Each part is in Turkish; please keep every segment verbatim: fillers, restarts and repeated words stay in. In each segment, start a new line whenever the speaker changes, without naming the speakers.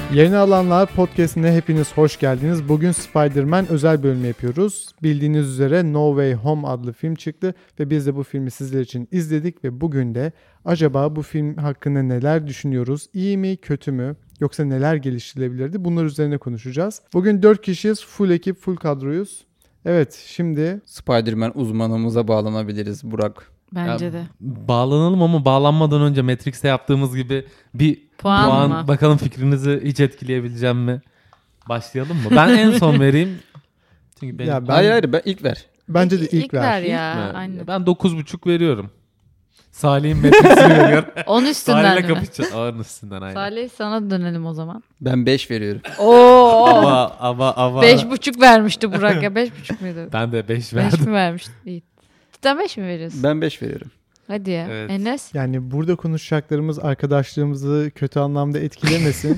Yeni Alanlar Podcast'ine hepiniz hoş geldiniz. Bugün Spider-Man özel bölümü yapıyoruz. Bildiğiniz üzere No Way Home adlı film çıktı ve biz de bu filmi sizler için izledik ve bugün de acaba bu film hakkında neler düşünüyoruz? İyi mi, kötü mü? Yoksa neler geliştirilebilirdi? Bunlar üzerine konuşacağız. Bugün dört kişiyiz, full ekip, full kadroyuz. Evet, şimdi
Spider-Man uzmanımıza bağlanabiliriz Burak.
Bence
Ya,
de.
Bağlanalım ama bağlanmadan önce Matrix'te yaptığımız gibi bir
Puan
puan
mı?
bakalım fikrinizi hiç etkileyebileceğim mi? Başlayalım mı? Ben en son vereyim. Çünkü benim,
ya ben,
Hayır hayır ben ilk ver.
bence de
İlk-
ilk,
ilk
ver.
ver ya.
ben,
aynen.
ben dokuz buçuk veriyorum. Salih'in Matrix'ini veriyorum.
On üstünden
Salih'le
mi?
kapışacağız. Ağır üstünden aynen.
Salih sana dönelim o zaman.
Ben beş veriyorum.
Oo.
Ama ama ama.
Beş buçuk vermişti Burak ya. Beş buçuk muydu?
Ben de beş
Beş
verdim.
mi vermişti? İyi. Cidden beş mi veriyorsun?
Ben beş veriyorum.
Hadi ya.
Evet.
Enes?
Yani burada konuşacaklarımız arkadaşlığımızı kötü anlamda etkilemesin.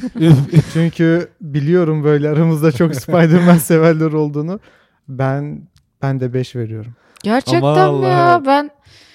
Çünkü biliyorum böyle aramızda çok Spider-Man severler olduğunu. Ben ben de beş veriyorum.
Gerçekten
Ama
mi
Allah.
ya? Ben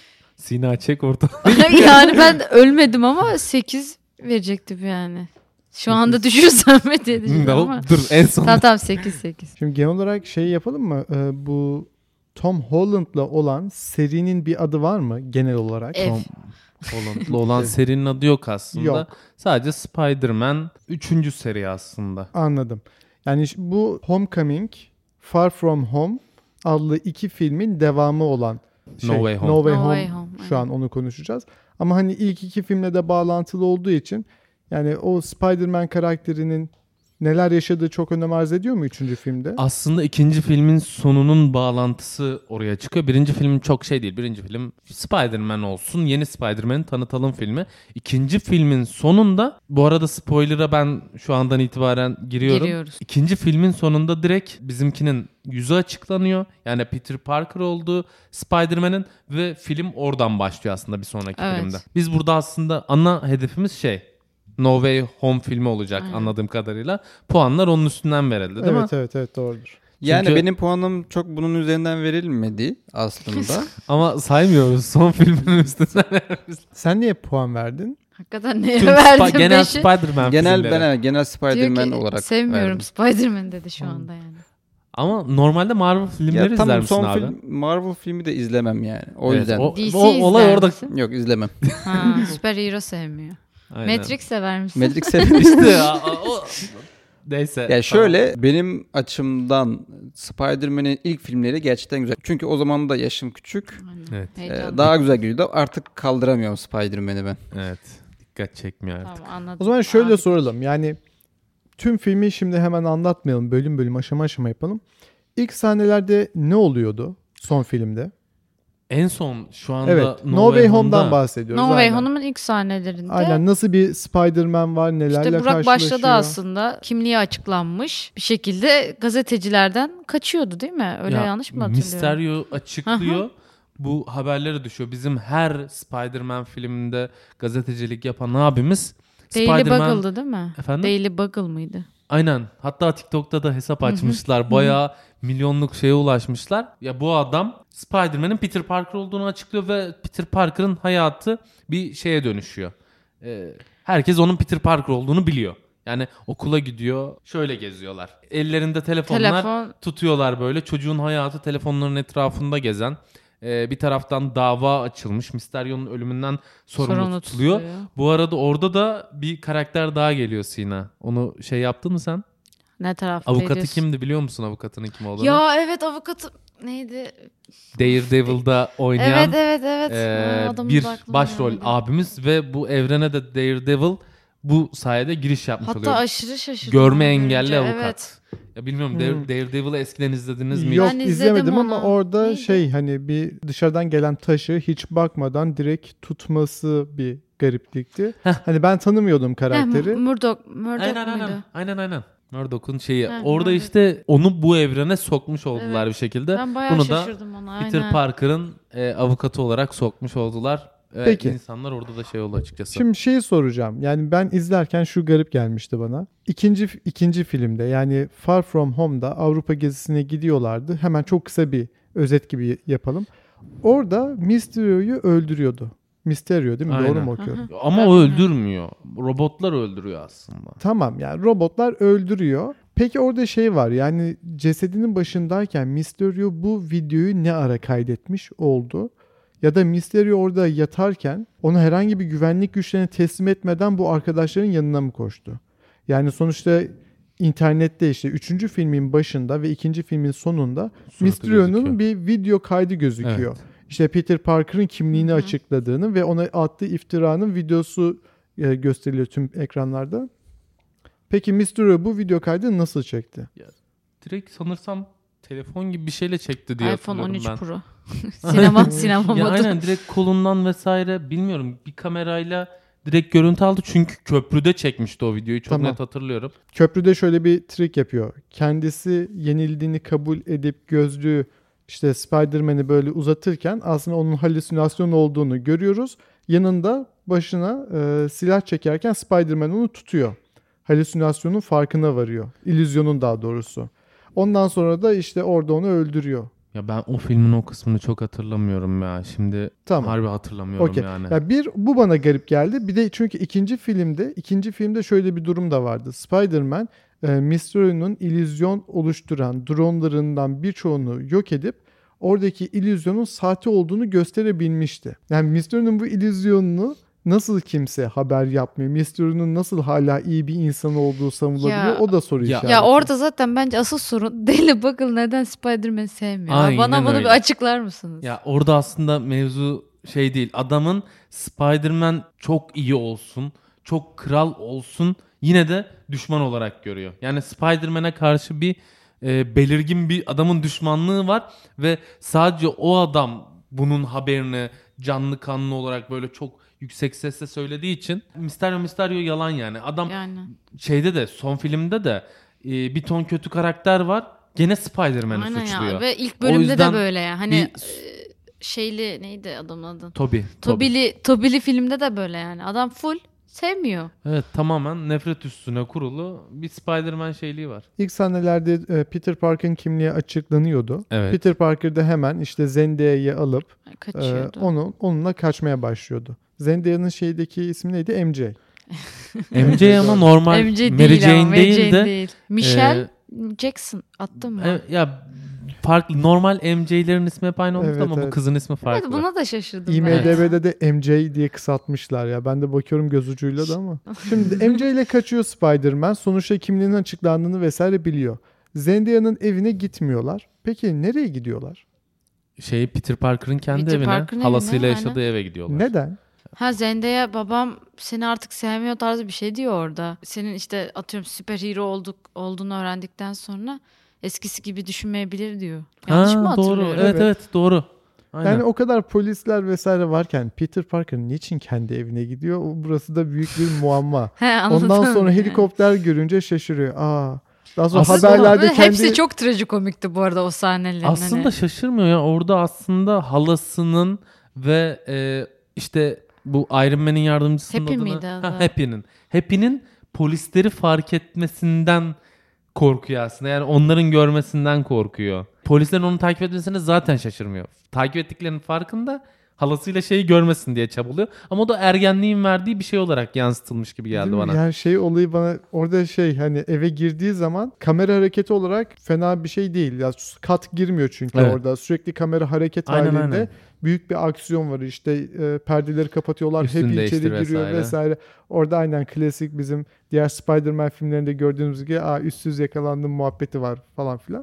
Sina çek orta.
yani ben ölmedim ama sekiz verecektim yani. Şu anda düşürsem mi diye düşündüm ama.
Dur en son.
Tamam tamam sekiz sekiz.
Şimdi genel olarak şey yapalım mı? Ee, bu Tom Holland'la olan serinin bir adı var mı genel olarak?
F.
Tom Holland'lı olan serinin adı yok aslında.
Yok.
Sadece Spider-Man üçüncü seri aslında.
Anladım. Yani ş- bu Homecoming, Far From Home adlı iki filmin devamı olan şey.
No Way Home.
No Way
No
Home.
Way Home,
Şu
aynen.
an onu konuşacağız. Ama hani ilk iki filmle de bağlantılı olduğu için yani o Spider-Man karakterinin neler yaşadığı çok önem arz ediyor mu üçüncü filmde?
Aslında ikinci filmin sonunun bağlantısı oraya çıkıyor. Birinci film çok şey değil. Birinci film Spider-Man olsun. Yeni Spider-Man'i tanıtalım filmi. İkinci filmin sonunda, bu arada spoiler'a ben şu andan itibaren giriyorum.
Giriyoruz.
İkinci filmin sonunda direkt bizimkinin yüzü açıklanıyor. Yani Peter Parker olduğu Spider-Man'in ve film oradan başlıyor aslında bir sonraki
Evet.
filmde. Biz burada aslında ana hedefimiz şey, No Way Home filmi olacak
Aynen.
anladığım kadarıyla. Puanlar onun üstünden verildi değil mi?
Evet evet evet doğrudur.
Yani
Çünkü-
benim puanım çok bunun üzerinden verilmedi aslında.
Ama saymıyoruz. Son filmin üstünden veririz.
Sen niye puan verdin?
Hakikaten neye
Tüm
verdim
Spa- genel
beşi?
Spider-Man
genel
filmleri.
ben evet, genel
Diyor
Spider-Man
ki,
olarak
sevmiyorum
verdim.
Spider-Man dedi şu anda yani.
Ama normalde Marvel filmleri
Ya
izler
tamam
misin
son
abi?
film Marvel filmi de izlemem yani. O
Evet,
yüzden.
O,
D C
o olay
izler
orada.
misin?
Yok izlemem.
Ha, süper hero sevmiyor.
Aynen.
Matrix sever misin?
Matrix severim.
İşte ya, o... Neyse.
Ya şöyle benim açımdan Spider-Man'in ilk filmleri gerçekten güzel. Çünkü o zaman da yaşım küçük.
Aynen.
Evet.
Ee,
Heyecanlı.
daha güzel geliyordu. Artık kaldıramıyorum Spider-Man'i ben.
Evet. Dikkat çekmiyor artık.
Tamam, anladım.
O zaman şöyle
Abi,
soralım. Yani tüm filmi şimdi hemen anlatmayalım. Bölüm bölüm aşama aşama yapalım. İlk sahnelerde ne oluyordu son filmde?
En son şu anda
Evet. No, Way Home'dan bahsediyoruz.
No Way
aynen.
Home'un ilk sahnelerinde
Aynen nasıl bir Spider-Man var, nelerle
işte Burak
karşılaşıyor.
başladı aslında. Kimliği açıklanmış. Bir şekilde gazetecilerden kaçıyordu değil mi? Öyle
Ya,
yanlış mı hatırlıyorum?
Mysterio açıklıyor. Bu haberlere düşüyor. Bizim her Spider-Man filminde gazetecilik yapan abimiz
Daily
Spider-Man...
Buggle'dı değil mi?
Efendim?
Daily Bugle mıydı?
Aynen. Hatta TikTok'ta da hesap açmışlar. Bayağı milyonluk şeye ulaşmışlar. Ya bu adam Spider-Man'in Peter Parker olduğunu açıklıyor ve Peter Parker'ın hayatı bir şeye dönüşüyor. Ee, herkes onun Peter Parker olduğunu biliyor. Yani okula gidiyor, şöyle geziyorlar. Ellerinde telefonlar
Telefon.
tutuyorlar böyle. Çocuğun hayatı telefonların etrafında gezen. Ee, bir taraftan dava açılmış. Mysterio'nun ölümünden sorumlu,
Sorumlu
tutuluyor.
tutuluyor.
Bu arada orada da bir karakter daha geliyor Sina. Onu şey yaptın mı sen?
Ne tarafta
Avukatı
ediyorsun?
kimdi biliyor musun avukatının kim olduğunu?
Ya evet avukatı neydi?
Daredevil'da oynayan
Evet evet evet.
e,
Ha, adamın
bir
da aklıma
başrol
gelmedi.
abimiz ve bu evrene de Daredevil bu sayede giriş yapmış
Hatta
oluyor.
aşırı şaşırdım.
Görme
onu
engelli
görünce.
avukat.
Evet.
Ya bilmiyorum
Hmm.
Dare- Daredevil'ı eskiden izlediniz mi?
Yok
Ben izledim
izlemedim ama
onu.
orada
Neydi?
şey hani bir dışarıdan gelen taşı hiç bakmadan direkt tutması bir gariplikti. Hani ben tanımıyordum karakteri.
Heh, Murdoch, Murdoch
Aynen
muydu?
aynen. Aynen aynen. Murdoch'un şeyi.
Heh,
Orada
Murdoch.
işte onu bu evrene sokmuş oldular
Evet.
bir şekilde.
Ben bayağı
Bunu da
şaşırdım ona.
Peter
aynen.
Parker'ın e, avukatı olarak sokmuş oldular. Ve
Peki.
insanlar orada da şey oldu açıkçası.
Şimdi şeyi soracağım. Yani ben izlerken şu garip gelmişti bana. İkinci ikinci filmde yani Far From Home'da Avrupa gezisine gidiyorlardı. Hemen çok kısa bir özet gibi yapalım. Orada Mysterio'yu öldürüyordu. Mysterio değil mi?
Aynen.
Doğru mu okuyorum?
Ama o öldürmüyor. Robotlar öldürüyor aslında.
Tamam, yani robotlar öldürüyor. Peki orada şey var, yani cesedinin başındayken Mysterio bu videoyu ne ara kaydetmiş oldu? Ya da Mysterio orada yatarken onu herhangi bir güvenlik güçlerine teslim etmeden bu arkadaşların yanına mı koştu? Yani sonuçta internette işte üçüncü filmin başında ve ikinci filmin sonunda
Suratı
Mysterio'nun
gözüküyor.
bir video kaydı gözüküyor.
Evet.
İşte Peter Parker'ın kimliğini
Hı hı.
açıkladığını ve ona attığı iftiranın videosu e, gösteriliyor tüm ekranlarda. Peki Mysterio bu video kaydını nasıl çekti?
Direkt sanırsam telefon gibi bir şeyle çekti diye
iPhone on üç
hatırlıyorum
Pro. sinema sinema
ben. Ya
modu.
aynen direkt kolundan vesaire bilmiyorum bir kamerayla direkt görüntü aldı çünkü köprüde çekmişti o videoyu çok
Tamam.
net hatırlıyorum.
Köprüde şöyle bir trik yapıyor. Kendisi yenildiğini kabul edip gözlüğü işte Spider-Man'i böyle uzatırken aslında onun halüsinasyon olduğunu görüyoruz. Yanında başına e, silah çekerken Spider-Man onu tutuyor. Halüsinasyonun farkına varıyor. İllüzyonun daha doğrusu. Ondan sonra da işte orada onu öldürüyor.
Ya ben o filmin o kısmını çok hatırlamıyorum ya. Şimdi
Tamam.
harbi hatırlamıyorum
Okey.
yani.
Ya bir bu bana garip geldi. Bir de çünkü ikinci filmde, ikinci filmde şöyle bir durum da vardı. Spider-Man e, Mysterio'nun illüzyon oluşturan dronlarından birçoğunu yok edip oradaki illüzyonun sahte olduğunu gösterebilmişti. Yani Mysterio'nun bu illüzyonunu nasıl kimse haber yapmıyor? Mysterio'nun nasıl hala iyi bir insan olduğu savunulabiliyor?
Ya-
O da soru
Ya-
işareti.
Ya orada zaten bence asıl sorun Daily Bugle neden Spider-Man'i sevmiyor?
Aynen
Bana bunu
öyle.
bir açıklar mısınız?
Ya orada aslında mevzu şey değil. Adamın Spider-Man çok iyi olsun, çok kral olsun yine de düşman olarak görüyor. Yani Spider-Man'e karşı bir e, belirgin bir adamın düşmanlığı var ve sadece o adam bunun haberini canlı kanlı olarak böyle çok yüksek sesle söylediği için Mysterio Mysterio yalan yani. Adam
Yani.
şeyde de son filmde de e, bir ton kötü karakter var. Gene Spider-Man'i
Aynen
suçluyor.
ya. Ve ilk
O
bölümde
yüzden
de böyle ya. Hani
bir-
e, şeyli neydi adamın adı?
Toby. Toby.
Tobili, Tobili filmde de böyle yani. Adam full sevmiyor.
Evet tamamen nefret üstüne kurulu bir Spider-Man şeyliği var.
İlk sahnelerde e, Peter Parker'ın kimliği açıklanıyordu.
Evet.
Peter Parker da hemen işte Zendaya'yı alıp
Yani
e,
kaçıyordu.
onu onunla kaçmaya başlıyordu. Zendaya'nın şeydeki ismi neydi? M J.
M J ama normal
M J
Mary
değil
Jane
ama. Mary
değil
Jane
de
değil. Michelle
e,
Jackson attın mı?
e, ya farklı normal M J'lerin ismi hep aynı olmuş
Evet,
ama bu
evet.
kızın ismi farklı.
Evet, buna da şaşırdım
I
ben.
M D B'de de M J diye kısaltmışlar ya. Ben de bakıyorum göz ucuyla da ama. Şimdi M J ile kaçıyor Spider-Man. Sonuçta kimliğinin açıklandığını vesaire biliyor. Zendaya'nın evine gitmiyorlar. Peki nereye gidiyorlar?
Şey Peter Parker'ın kendi
Peter
evine,
Parker'ın
halasıyla
evine,
yaşadığı eve gidiyorlar.
Neden?
Ha Zendaya babam seni artık sevmiyor tarzı bir şey diyor orada. Senin işte atıyorum süper hero olduk, olduğunu öğrendikten sonra eskisi gibi düşünmeyebilir diyor. Yanlış
Ha,
mı
doğru.
hatırlıyorum?
Evet
Evet.
evet doğru. Aynen.
Yani o kadar polisler vesaire varken Peter Parker niçin kendi evine gidiyor? O- Burası da büyük bir muamma.
He, anladım
Ondan sonra
yani.
helikopter görünce şaşırıyor. Aa. Daha sonra
Aslında-
haberlerde
Ve
kendi...
hepsi çok trajikomikti bu arada o sahnelerin.
Aslında
hani.
şaşırmıyor ya. Orada aslında halasının ve e, işte bu Iron Man'in yardımcısının
Happy
adını...
miydi adı?
Ha, Happy'nin. Happy'nin polisleri fark etmesinden korkuyor aslında. Yani onların görmesinden korkuyor. Polislerin onu takip etmesine zaten şaşırmıyor. Takip ettiklerinin farkında halasıyla şeyi görmesin diye çabalıyor. Ama o da ergenliğin verdiği bir şey olarak yansıtılmış gibi geldi
Değil mi?
bana.
Yani şey olayı bana orada şey hani eve girdiği zaman kamera hareketi olarak fena bir şey değil. Ya kat girmiyor çünkü
Evet.
orada. Sürekli kamera hareket
Aynen,
halinde
aynen.
büyük bir aksiyon var. İşte e, perdeleri kapatıyorlar.
Üstünü
Hep içeri
değiştir
giriyor
vesaire.
vesaire. Orada aynen klasik bizim diğer Spider-Man filmlerinde gördüğümüz gibi Aa, üstsüz yakalandım muhabbeti var falan filan.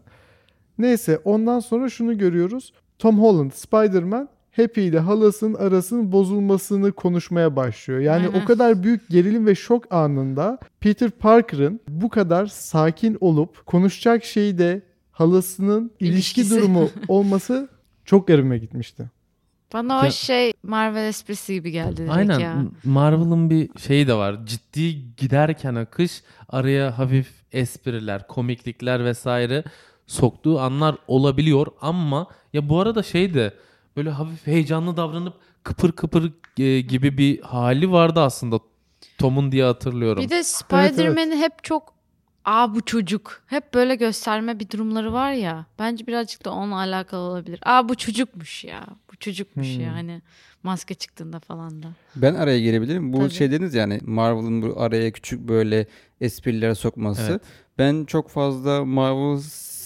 Neyse ondan sonra şunu görüyoruz. Tom Holland Spider-Man Happy ile halasının arasının bozulmasını konuşmaya başlıyor. Yani
Aynen.
o kadar büyük gerilim ve şok anında Peter Parker'ın bu kadar sakin olup konuşacak şeyi de halasının ilişki
İlişkisi.
durumu olması çok garibime gitmişti.
Bana o
Ya-
şey Marvel esprisi gibi geldi direkt
Aynen.
ya.
Marvel'ın bir şeyi de var. Ciddi giderken akış araya hafif espriler, komiklikler vesaire soktuğu anlar olabiliyor ama ya bu arada şey de böyle hafif heyecanlı davranıp kıpır kıpır e, gibi bir hali vardı aslında Tom'un diye hatırlıyorum.
Bir de Spider-Man'i hep çok aa bu çocuk. Hep böyle gösterme bir durumları var ya. Bence birazcık da onunla alakalı olabilir. Aa bu çocukmuş ya. Bu çocukmuş
Hmm.
ya hani maske çıktığında falan da.
Ben araya girebilirim. Bu
Tabii.
şey dediniz yani Marvel'ın bu araya küçük böyle espriler sokması.
Evet.
Ben çok fazla Marvel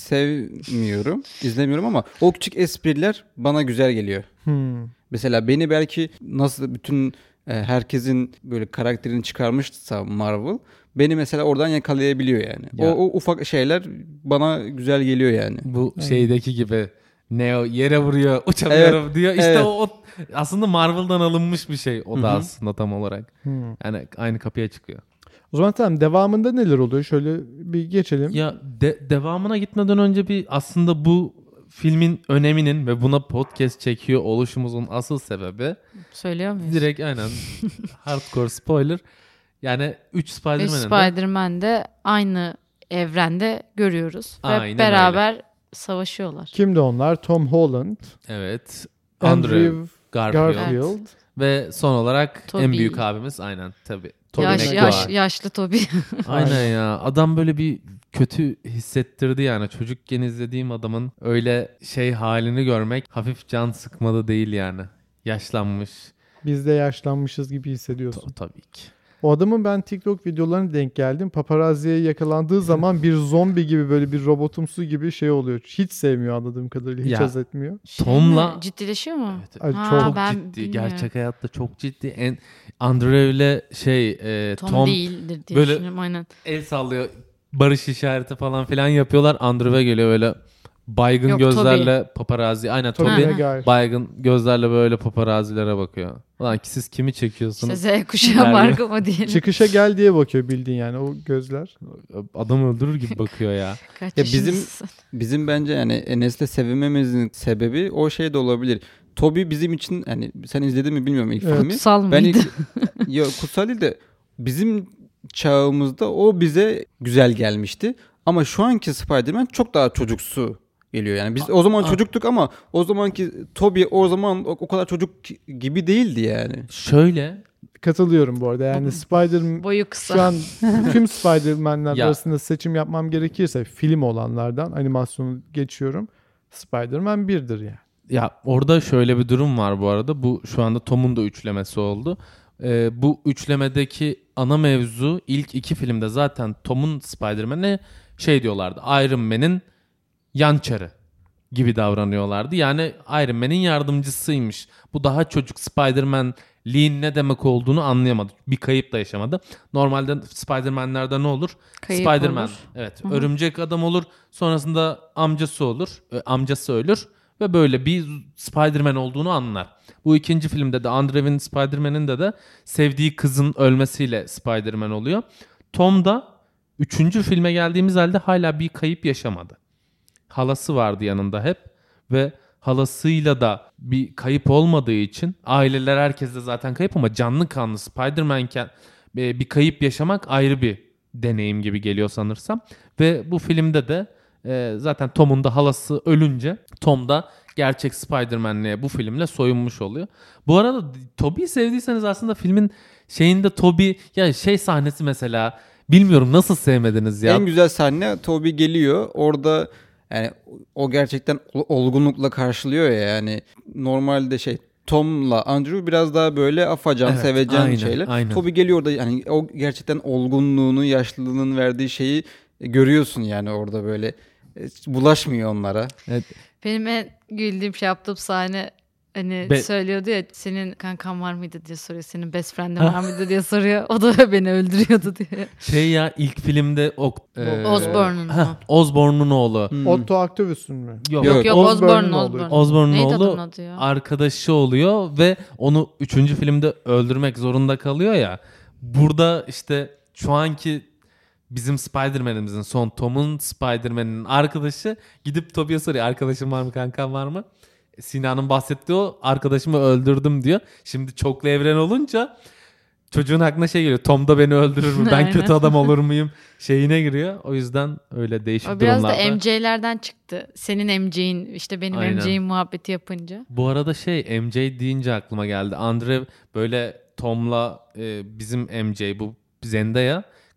sevmiyorum, izlemiyorum ama o küçük espriler bana güzel geliyor.
Hmm.
Mesela beni belki nasıl bütün e, herkesin böyle karakterini çıkarmışsa Marvel beni mesela oradan yakalayabiliyor yani.
Ya.
O, o ufak şeyler bana güzel geliyor yani.
Bu şeydeki gibi Neo yere vuruyor uçamıyorum diyor. İşte
evet.
o, o aslında Marvel'dan alınmış bir şey o da
Hı hı.
aslında tam olarak.
Hmm.
Yani aynı kapıya çıkıyor.
O zaman tamam, devamında neler oluyor? Şöyle bir geçelim.
Ya de- devamına gitmeden önce bir aslında bu filmin öneminin ve buna podcast çekiyor oluşumuzun asıl sebebi
Söylüyor muyuz?
direkt aynen hardcore spoiler. Yani üç
Ve
Spider-Man'in de
Spider-Man'de aynı evrende görüyoruz.
Aynen
Ve beraber savaşıyorlar.
Kimdi onlar? Tom Holland,
evet Andrew,
Andrew
Garfield,
Garfield.
ve son olarak
Toby.
en büyük abimiz aynen tabii. Tobey
Yaş,
Maguire.
yaş, yaşlı Toby.
Aynen ya. Adam böyle bir kötü hissettirdi yani. Çocukken izlediğim adamın öyle şey halini görmek hafif can sıkmadı değil yani. Yaşlanmış.
Biz de yaşlanmışız gibi hissediyorsun.
Ta- tabii ki.
O adamın ben TikTok videolarına denk geldim. Paparazziye yakalandığı zaman bir zombi gibi, böyle bir robotumsu gibi şey oluyor. Hiç sevmiyor anladığım kadarıyla. Hiç
Ya.
haz etmiyor.
Şey
Tom'la-
mi? Ciddileşiyor mu?
Evet,
Ay,
Ha,
çok
çok
ben
ciddi.
bilmiyorum.
Gerçek hayatta çok ciddi. En Andrew ile şey e,
Tom,
Tom,
değildir diye
böyle-
düşünüyorum aynen.
el sallıyor. Barış işareti falan filan yapıyorlar. Andrew'e geliyor öyle baygın
Yok,
gözlerle paparazzi. Aynen
Tobey
Toby
Maguire.
baygın gözlerle böyle paparazilere bakıyor. Ulan ki siz kimi çekiyorsunuz?
İşte Z kuşağı
Yani-
marka mı diyelim.
Çıkışa gel diye bakıyor bildiğin yani o gözler.
Adam öldürür gibi bakıyor ya.
Kaç
Ya bizim-
yaşındasın?
Bizim bence yani Enes'le sevmememizin sebebi o şey de olabilir. Toby bizim için hani sen izledin mi bilmiyorum ilk
Evet.
filmi.
Kutsal mıydı?
Ben ilk ya kutsal değil de bizim çağımızda o bize güzel gelmişti. Ama şu anki Spider-Man çok daha çocuksu geliyor yani. Biz o zaman
a-
çocuktuk ama o zamanki Toby o zaman o, o kadar çocuk gibi değildi yani.
Şöyle
Katılıyorum bu arada. Yani Spider
Boyu kısa.
şu an tüm Spider-Man'ler
Ya.
arasında seçim yapmam gerekirse film olanlardan animasyonu geçiyorum. Spider-Man birdir yani.
ya orada şöyle bir durum var bu arada. Bu şu anda Tom'un da üçlemesi oldu. Ee, bu üçlemedeki ana mevzu ilk iki filmde zaten Tom'un Spider-Man'e şey diyorlardı. Iron Man'in yan çarı gibi davranıyorlardı. Yani Iron Man'in yardımcısıymış. Bu daha çocuk Spider-Man'liğin ne demek olduğunu anlayamadı. Bir kayıp da yaşamadı. Normalde Spider-Man'lerde ne olur?
Kayıp
Spider-Man
olur.
evet
Hı hı.
örümcek adam olur. Sonrasında amcası olur. e, Amcası ölür ve böyle bir Spider-Man olduğunu anlar. Bu ikinci filmde de Andrew'in Spider-Man'in de de sevdiği kızın ölmesiyle Spider-Man oluyor. Tom da üçüncü filme geldiğimiz halde hala bir kayıp yaşamadı. Halası vardı yanında hep ve halasıyla da bir kayıp olmadığı için aileler herkes de zaten kayıp ama canlı kanlı Spider-Man'ken e, bir kayıp yaşamak ayrı bir deneyim gibi geliyor sanırsam. Ve bu filmde de e, zaten Tom'un da halası ölünce Tom da gerçek Spider-Man'liğe bu filmle soyunmuş oluyor. Bu arada Tobey'i sevdiyseniz aslında filmin şeyinde Tobey ya şey sahnesi mesela bilmiyorum nasıl sevmediniz ya.
En güzel sahne Toby geliyor. Orada yani o gerçekten ol- olgunlukla karşılıyor ya yani. Normalde şey Tom'la Andrew biraz daha böyle afacan,
Evet,
sevecen
aynen,
şeyler.
aynen.
Toby geliyor orada yani o gerçekten olgunluğunu, yaşlılığının verdiği şeyi görüyorsun yani orada böyle. E, bulaşmıyor onlara.
Evet,
Benim en güldüğüm şey yaptığım sahne hani
Be-
söylüyordu ya senin kankan var mıydı diye soruyor. Senin best friend'in var mıydı diye soruyor. O da beni öldürüyordu diye.
şey ya ilk filmde o e,
Osborn'un
heh,
mu?
Osborn'un oğlu.
Hmm.
Otto Octavius'un mu?
Yok.
Yok
Yok,
yok
Osborn'un
Osborn
oğlu.
Osborn.
Osborn'un
Neydi
oğlu
adamın adı ya?
arkadaşı oluyor ve onu üçüncü filmde öldürmek zorunda kalıyor ya. Burada işte şu anki bizim Spider-Man'imizin son Tom'un Spider-Man'in arkadaşı gidip Tobey'e soruyor. Arkadaşın var mı, kankan var mı? Sinan'ın bahsettiği o arkadaşımı öldürdüm diyor. Şimdi çoklu evren olunca çocuğun aklına şey geliyor. Tom da beni öldürür mü? Ben
Aynen.
kötü adam olur muyum? Şeyine giriyor. O yüzden öyle değişik
O biraz da
durumlarda.
M J'lerden çıktı. Senin M J'in işte benim
Aynen.
M J'in muhabbeti yapınca.
Bu arada şey M J deyince aklıma geldi. Andre böyle Tom'la e, bizim M J bu Zendaya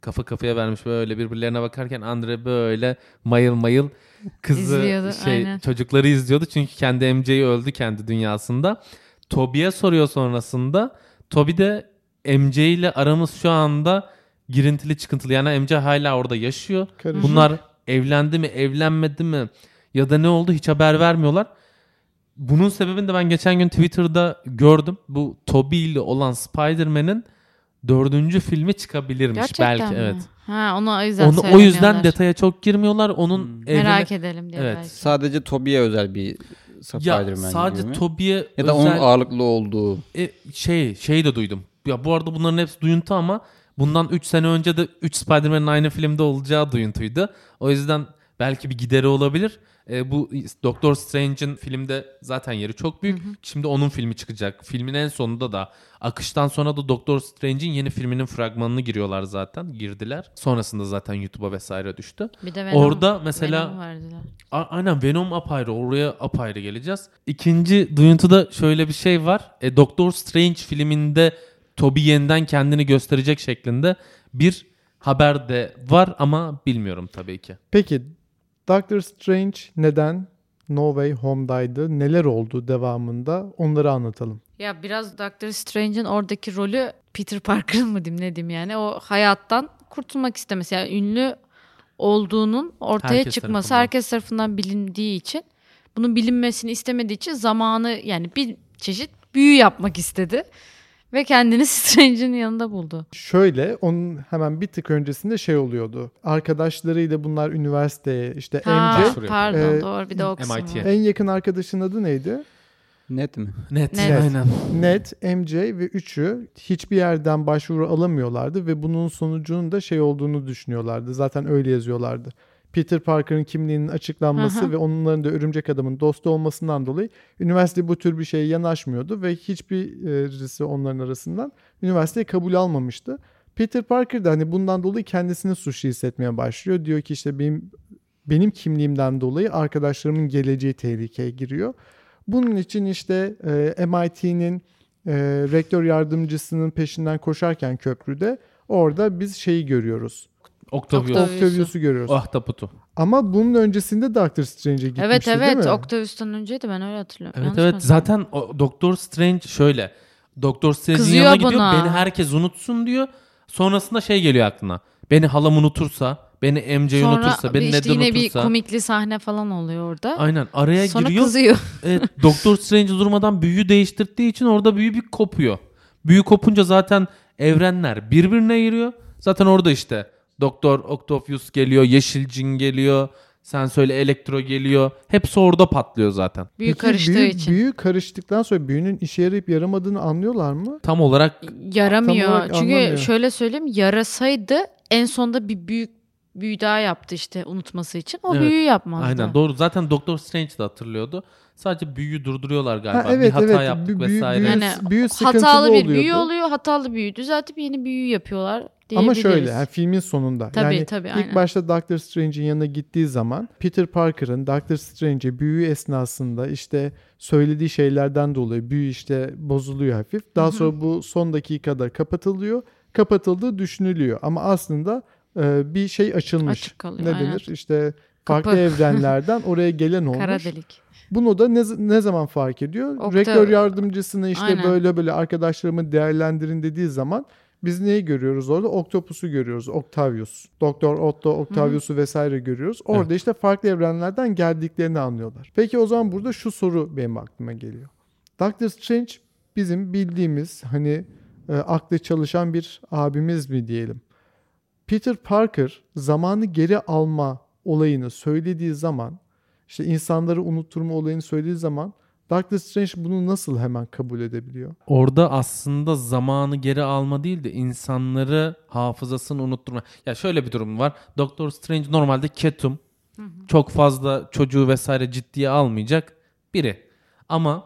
kafa kafaya vermiş böyle birbirlerine bakarken Andre böyle mayıl mayıl kızı
İzliyordu,
şey
aynen.
çocukları izliyordu çünkü kendi M J'yi öldü kendi dünyasında. Toby'ye soruyor sonrasında. Toby de M J ile aramız şu anda girintili çıkıntılı. Yani M J hala orada yaşıyor.
Karışık.
Bunlar evlendi mi, evlenmedi mi ya da ne oldu hiç haber vermiyorlar. Bunun sebebini de ben geçen gün Twitter'da gördüm. Bu Tobey ile olan Spider-Man'in dördüncü filmi çıkabilirmiş
Gerçekten
belki.
mi?
Evet.
Ha, onu o yüzden
Onu, o
söylemiyorlar.
yüzden detaya çok girmiyorlar. Onun
Hmm.
evreni-
Merak edelim diye
Evet.
belki.
Sadece Tobey'e özel bir Spider-Man
ya
gibi
sadece
mi?
Tobey'e
Ya da
özel
onun ağırlıklı olduğu.
e, şey şey de duydum. Ya bu arada bunların hepsi duyuntu ama bundan üç sene önce de üç Spider-Man'in aynı filmde olacağı duyuntuydu. O yüzden belki bir gideri olabilir. E, bu Doctor Strange'in filmde zaten yeri çok büyük. Hı hı. Şimdi onun filmi çıkacak. Filmin en sonunda da akıştan sonra da Doctor Strange'in yeni filminin fragmanını giriyorlar zaten. Girdiler. Sonrasında zaten YouTube'a vesaire düştü.
Bir de Venom,
Orada mesela
Venom verdiler.
A- aynen Venom apayrı, oraya apayrı geleceğiz. İkinci duyuntuda şöyle bir şey var. E, Doctor Strange filminde Tobey yeniden kendini gösterecek şeklinde bir haber de var ama bilmiyorum tabii ki.
Peki Doctor Strange neden No Way Home'daydı? Neler oldu devamında? Onları anlatalım.
Ya biraz Doctor Strange'in oradaki rolü Peter Parker'ın mı diyeyim ne diyeyim yani o hayattan kurtulmak istemesi. Yani ünlü olduğunun ortaya
Herkes
çıkması
tarafından.
herkes tarafından bilindiği için bunun bilinmesini istemediği için zamanı yani bir çeşit büyü yapmak istedi. Ve kendini Strange'in yanında buldu.
Şöyle onun hemen bir tık öncesinde şey oluyordu. Arkadaşlarıyla bunlar üniversiteye işte
Ha,
M J
Başvuruyor.
pardon
e,
doğru bir de o kısmı
M I T'ye.
var.
en yakın arkadaşının adı neydi?
Net mi?
Net.
Net.
Aynen.
Ned, M J ve üçü hiçbir yerden başvuru alamıyorlardı ve bunun sonucunun da şey olduğunu düşünüyorlardı. Zaten öyle yazıyorlardı. Peter Parker'ın kimliğinin açıklanması
Hı hı.
ve onların da Örümcek Adam'ın dostu olmasından dolayı üniversite bu tür bir şeye yanaşmıyordu ve hiçbirisi onların arasından üniversiteye kabul almamıştı. Peter Parker da hani bundan dolayı kendisini suçlu hissetmeye başlıyor. Diyor ki işte benim benim kimliğimden dolayı arkadaşlarımın geleceği tehlikeye giriyor. Bunun için işte e, M I T'nin e, rektör yardımcısının peşinden koşarken köprüde orada biz şeyi görüyoruz.
Octavius.
Octavius.
Octavius'u görüyoruz.
Ahtapotu.
Ama bunun öncesinde Doctor Strange'e gitmişti
Evet
değil
evet
mi?
Octavius'tan önceydi ben öyle hatırlıyorum.
Evet
Yanlış
evet
mı
zaten o Doctor Strange şöyle. Doctor Strange'in
Kızıyor
yanına gidiyor.
buna.
Beni herkes unutsun diyor. Sonrasında şey geliyor aklına. Beni halam unutursa, beni M J
Sonra
unutursa, beni
işte
Ned
yine bir
unutursa.
komikli sahne falan oluyor orada.
Aynen araya
Sonra
giriyor.
kızıyor.
Evet, Doctor Strange durmadan büyü değiştirdiği için orada büyü bir kopuyor. Büyü kopunca zaten evrenler birbirine giriyor. Zaten orada işte Doktor Octavius geliyor, Yeşil Cin geliyor. Sen söyle Elektro geliyor. Hepsi orada patlıyor zaten.
Büyük
Peki
karıştığı
büyü,
için.
büyü karıştıktan sonra büyünün işe yarayıp yaramadığını anlıyorlar mı?
Tam olarak
Yaramıyor.
Tam olarak
Çünkü
anlamıyor.
şöyle söyleyeyim yarasaydı en sonda bir büyük büyü daha yaptı işte unutması için. O
Evet,
büyüyü yapmazdı.
aynen doğru. Zaten Doctor Strange de hatırlıyordu. Sadece büyüyü durduruyorlar galiba.
Ha, evet,
bir hata
evet.
yaptık
Büyü-
vesaire.
büyü-
Yani
büyü sıkıntılı
hatalı bir büyü
oluyordu.
oluyor. Hatalı büyüyü düzeltip yeni büyü yapıyorlar
Ama
diyebiliriz.
şöyle yani filmin sonunda.
Tabii,
yani
tabii,
ilk
aynen.
başta Doctor Strange'in yanına gittiği zaman Peter Parker'ın Doctor Strange'e büyü esnasında işte söylediği şeylerden dolayı büyü işte bozuluyor hafif. Daha sonra bu son dakikada kapatılıyor. Kapatıldığı düşünülüyor. Ama aslında e, bir şey açılmış.
Açık kalıyor,
Ne
aynen.
denir? İşte farklı
Kapı.
evrenlerden oraya gelen olmuş.
Kara delik.
Bunu da ne, ne zaman fark ediyor?
Okta-
Rektör yardımcısına işte
Aynen.
böyle böyle arkadaşlarımı değerlendirin dediği zaman biz neyi görüyoruz orada? Octopus'u görüyoruz. Octavius. Doktor Otto Octavius'u vesaire görüyoruz. Orada
Evet.
işte farklı evrenlerden geldiklerini anlıyorlar. Peki o zaman burada şu soru benim aklıma geliyor. Doctor Strange bizim bildiğimiz hani e, aklı çalışan bir abimiz mi diyelim. Peter Parker zamanı geri alma olayını söylediği zaman işte insanları unutturma olayını söylediği zaman Doctor Strange bunu nasıl hemen kabul edebiliyor?
Orada aslında zamanı geri alma değil de insanları hafızasını unutturma. Ya şöyle bir durum var. Doctor Strange normalde ketum. Çok fazla çocuğu vesaire ciddiye almayacak biri. Ama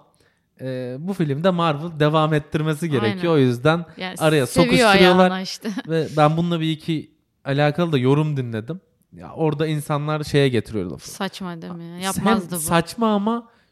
e, bu filmde Marvel devam ettirmesi gerekiyor.
Aynen.
O yüzden
Yani
araya
seviyor
sokuşturuyorlar.
ayağına işte.
Ve ben bununla bir iki alakalı da yorum dinledim. Ya orada insanlar şeye getiriyorlar.
Saçma değil mi?
Hem
Yapmazdı bu.
saçma ama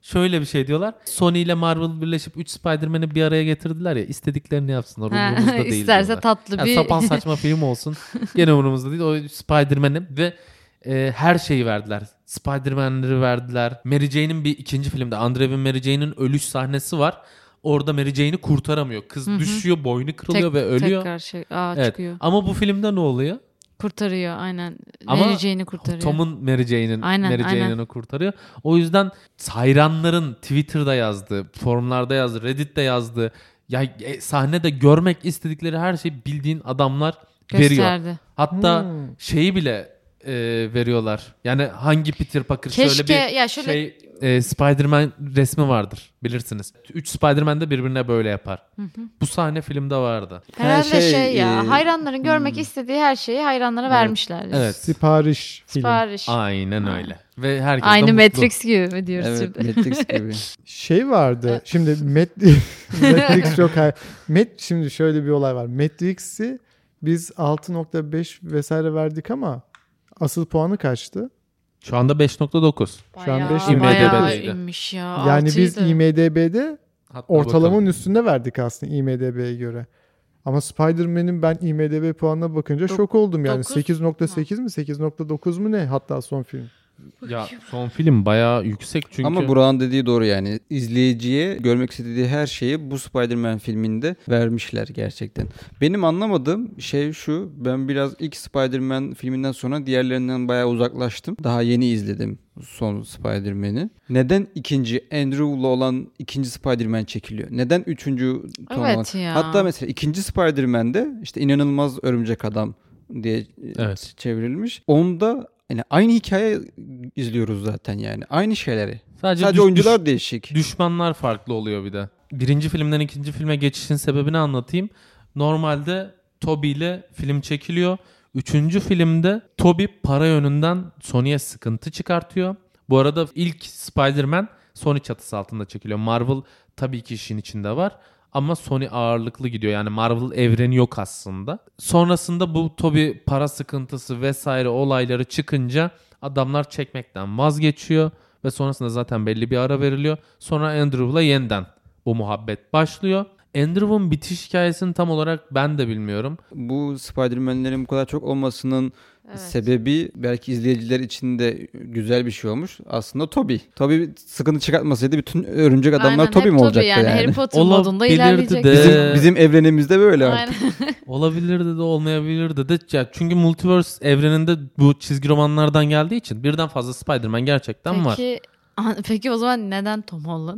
Şöyle bir şey diyorlar. Sony ile Marvel birleşip üç Spider-Man'i bir araya getirdiler ya. İstediklerini yapsınlar. Umurumuzda değil
İsterse
diyorlar.
tatlı
Yani
bir...
sapan saçma film olsun. Gene umurumuzda değil. O Spider-Man'i ve e, her şeyi verdiler. Spider-Man'leri verdiler. Mary Jane'in bir ikinci filmde Andrew'in Mary Jane'in ölüş sahnesi var. Orada Mary Jane'i kurtaramıyor. Kız
Hı hı.
düşüyor, boynu kırılıyor
Tek-
ve ölüyor.
Tekrar şey, aa,
Evet.
çıkıyor.
Ama bu filmde ne oluyor?
Kurtarıyor aynen.
Ama
Mary Jane'i kurtarıyor.
Tom'un Mary Jane'in
Aynen,
Mary
aynen.
Jane'ini kurtarıyor. O yüzden hayranların Twitter'da yazdığı, forumlarda yazdığı, Reddit'te yazdığı, ya e, sahnede görmek istedikleri her şeyi bildiğin adamlar veriyor.
Gösterdi.
Hatta
Hmm.
şeyi bile e, veriyorlar. Yani hangi Peter Parker
Keşke
şöyle bir
ya şöyle
şey e, Spider-Man resmi vardır bilirsiniz. Üç Spider-Man de birbirine böyle yapar. Bu sahne filmde vardı.
herhalde
Her
şey,
şey,
ya
e,
hayranların görmek
hmm.
istediği her şeyi hayranlara vermişler.
Evet.
Sipariş film.
Sipariş.
Aynen öyle. Ve herkes de
Aynı
mutlu.
Matrix gibi mi diyoruz
Evet,
şimdi?
Matrix gibi.
Şey vardı. Şimdi Mat- Matrix çok hay- Mat şimdi şöyle bir olay var. Matrix'i biz altı nokta beş vesaire verdik ama asıl puanı kaçtı?
Şu anda beş nokta dokuz.
Şu an
Bayağı-
beş
bayağı
IMDb'deydi.
inmiş ya.
Yani biz
altıydı.
IMDb'de
Hatta
ortalamanın
bakalım.
üstünde verdik aslında IMDb'ye göre. Ama Spider-Man'in ben IMDb puanına bakınca
Dok-
şok oldum yani.
dokuz
sekiz nokta sekiz mi sekiz nokta dokuz mu ne hatta son film.
Ya son film bayağı yüksek çünkü.
Ama Burak'ın dediği doğru yani. İzleyiciye görmek istediği her şeyi bu Spider-Man filminde vermişler gerçekten. Benim anlamadığım şey şu. Ben biraz ilk Spider-Man filminden sonra diğerlerinden bayağı uzaklaştım. Daha yeni izledim son Spider-Man'i. Neden ikinci Andrew'la olan ikinci Spider-Man çekiliyor? Neden üçüncü Tom
Evet
Holland?
ya.
Hatta mesela ikinci Spider-Man'de işte inanılmaz örümcek adam diye
Evet.
çevrilmiş. Onda yani aynı hikaye izliyoruz zaten yani. Aynı şeyleri.
sadece,
Sadece
düş-
oyuncular
düş-
değişik.
düşmanlar farklı oluyor bir de. Birinci filmden ikinci filme geçişin sebebini anlatayım. Normalde Tobey ile film çekiliyor. Üçüncü filmde Tobey para yönünden Sony'ye sıkıntı çıkartıyor. Bu arada ilk Spider-Man Sony çatısı altında çekiliyor. Marvel tabii ki işin içinde var. Ama Sony ağırlıklı gidiyor. Yani Marvel evreni yok aslında. Sonrasında bu Tobey para sıkıntısı vesaire olayları çıkınca adamlar çekmekten vazgeçiyor. Ve sonrasında zaten belli bir ara veriliyor. Sonra Andrew'la yeniden bu muhabbet başlıyor. Andrew'un bitiş hikayesini tam olarak ben de bilmiyorum.
Bu Spider-Man'lerin bu kadar çok olmasının
Evet.
sebebi belki izleyiciler için de güzel bir şey olmuş. Aslında Tobey. Tobey sıkıntı çıkartmasaydı bütün örümcek adamlar
Aynen,
Tobey
hep
mi olacaktı
yani?
yani?
Harry Potter
Olabilirdi
modunda
de.
ilerleyecek.
Ee,
Bizim, bizim evrenimizde böyle artık.
Aynen.
Olabilirdi de olmayabilirdi de. Ya çünkü Multiverse evreninde bu çizgi romanlardan geldiği için birden fazla Spider-Man gerçekten var.
Peki, peki o zaman neden Tom Holland?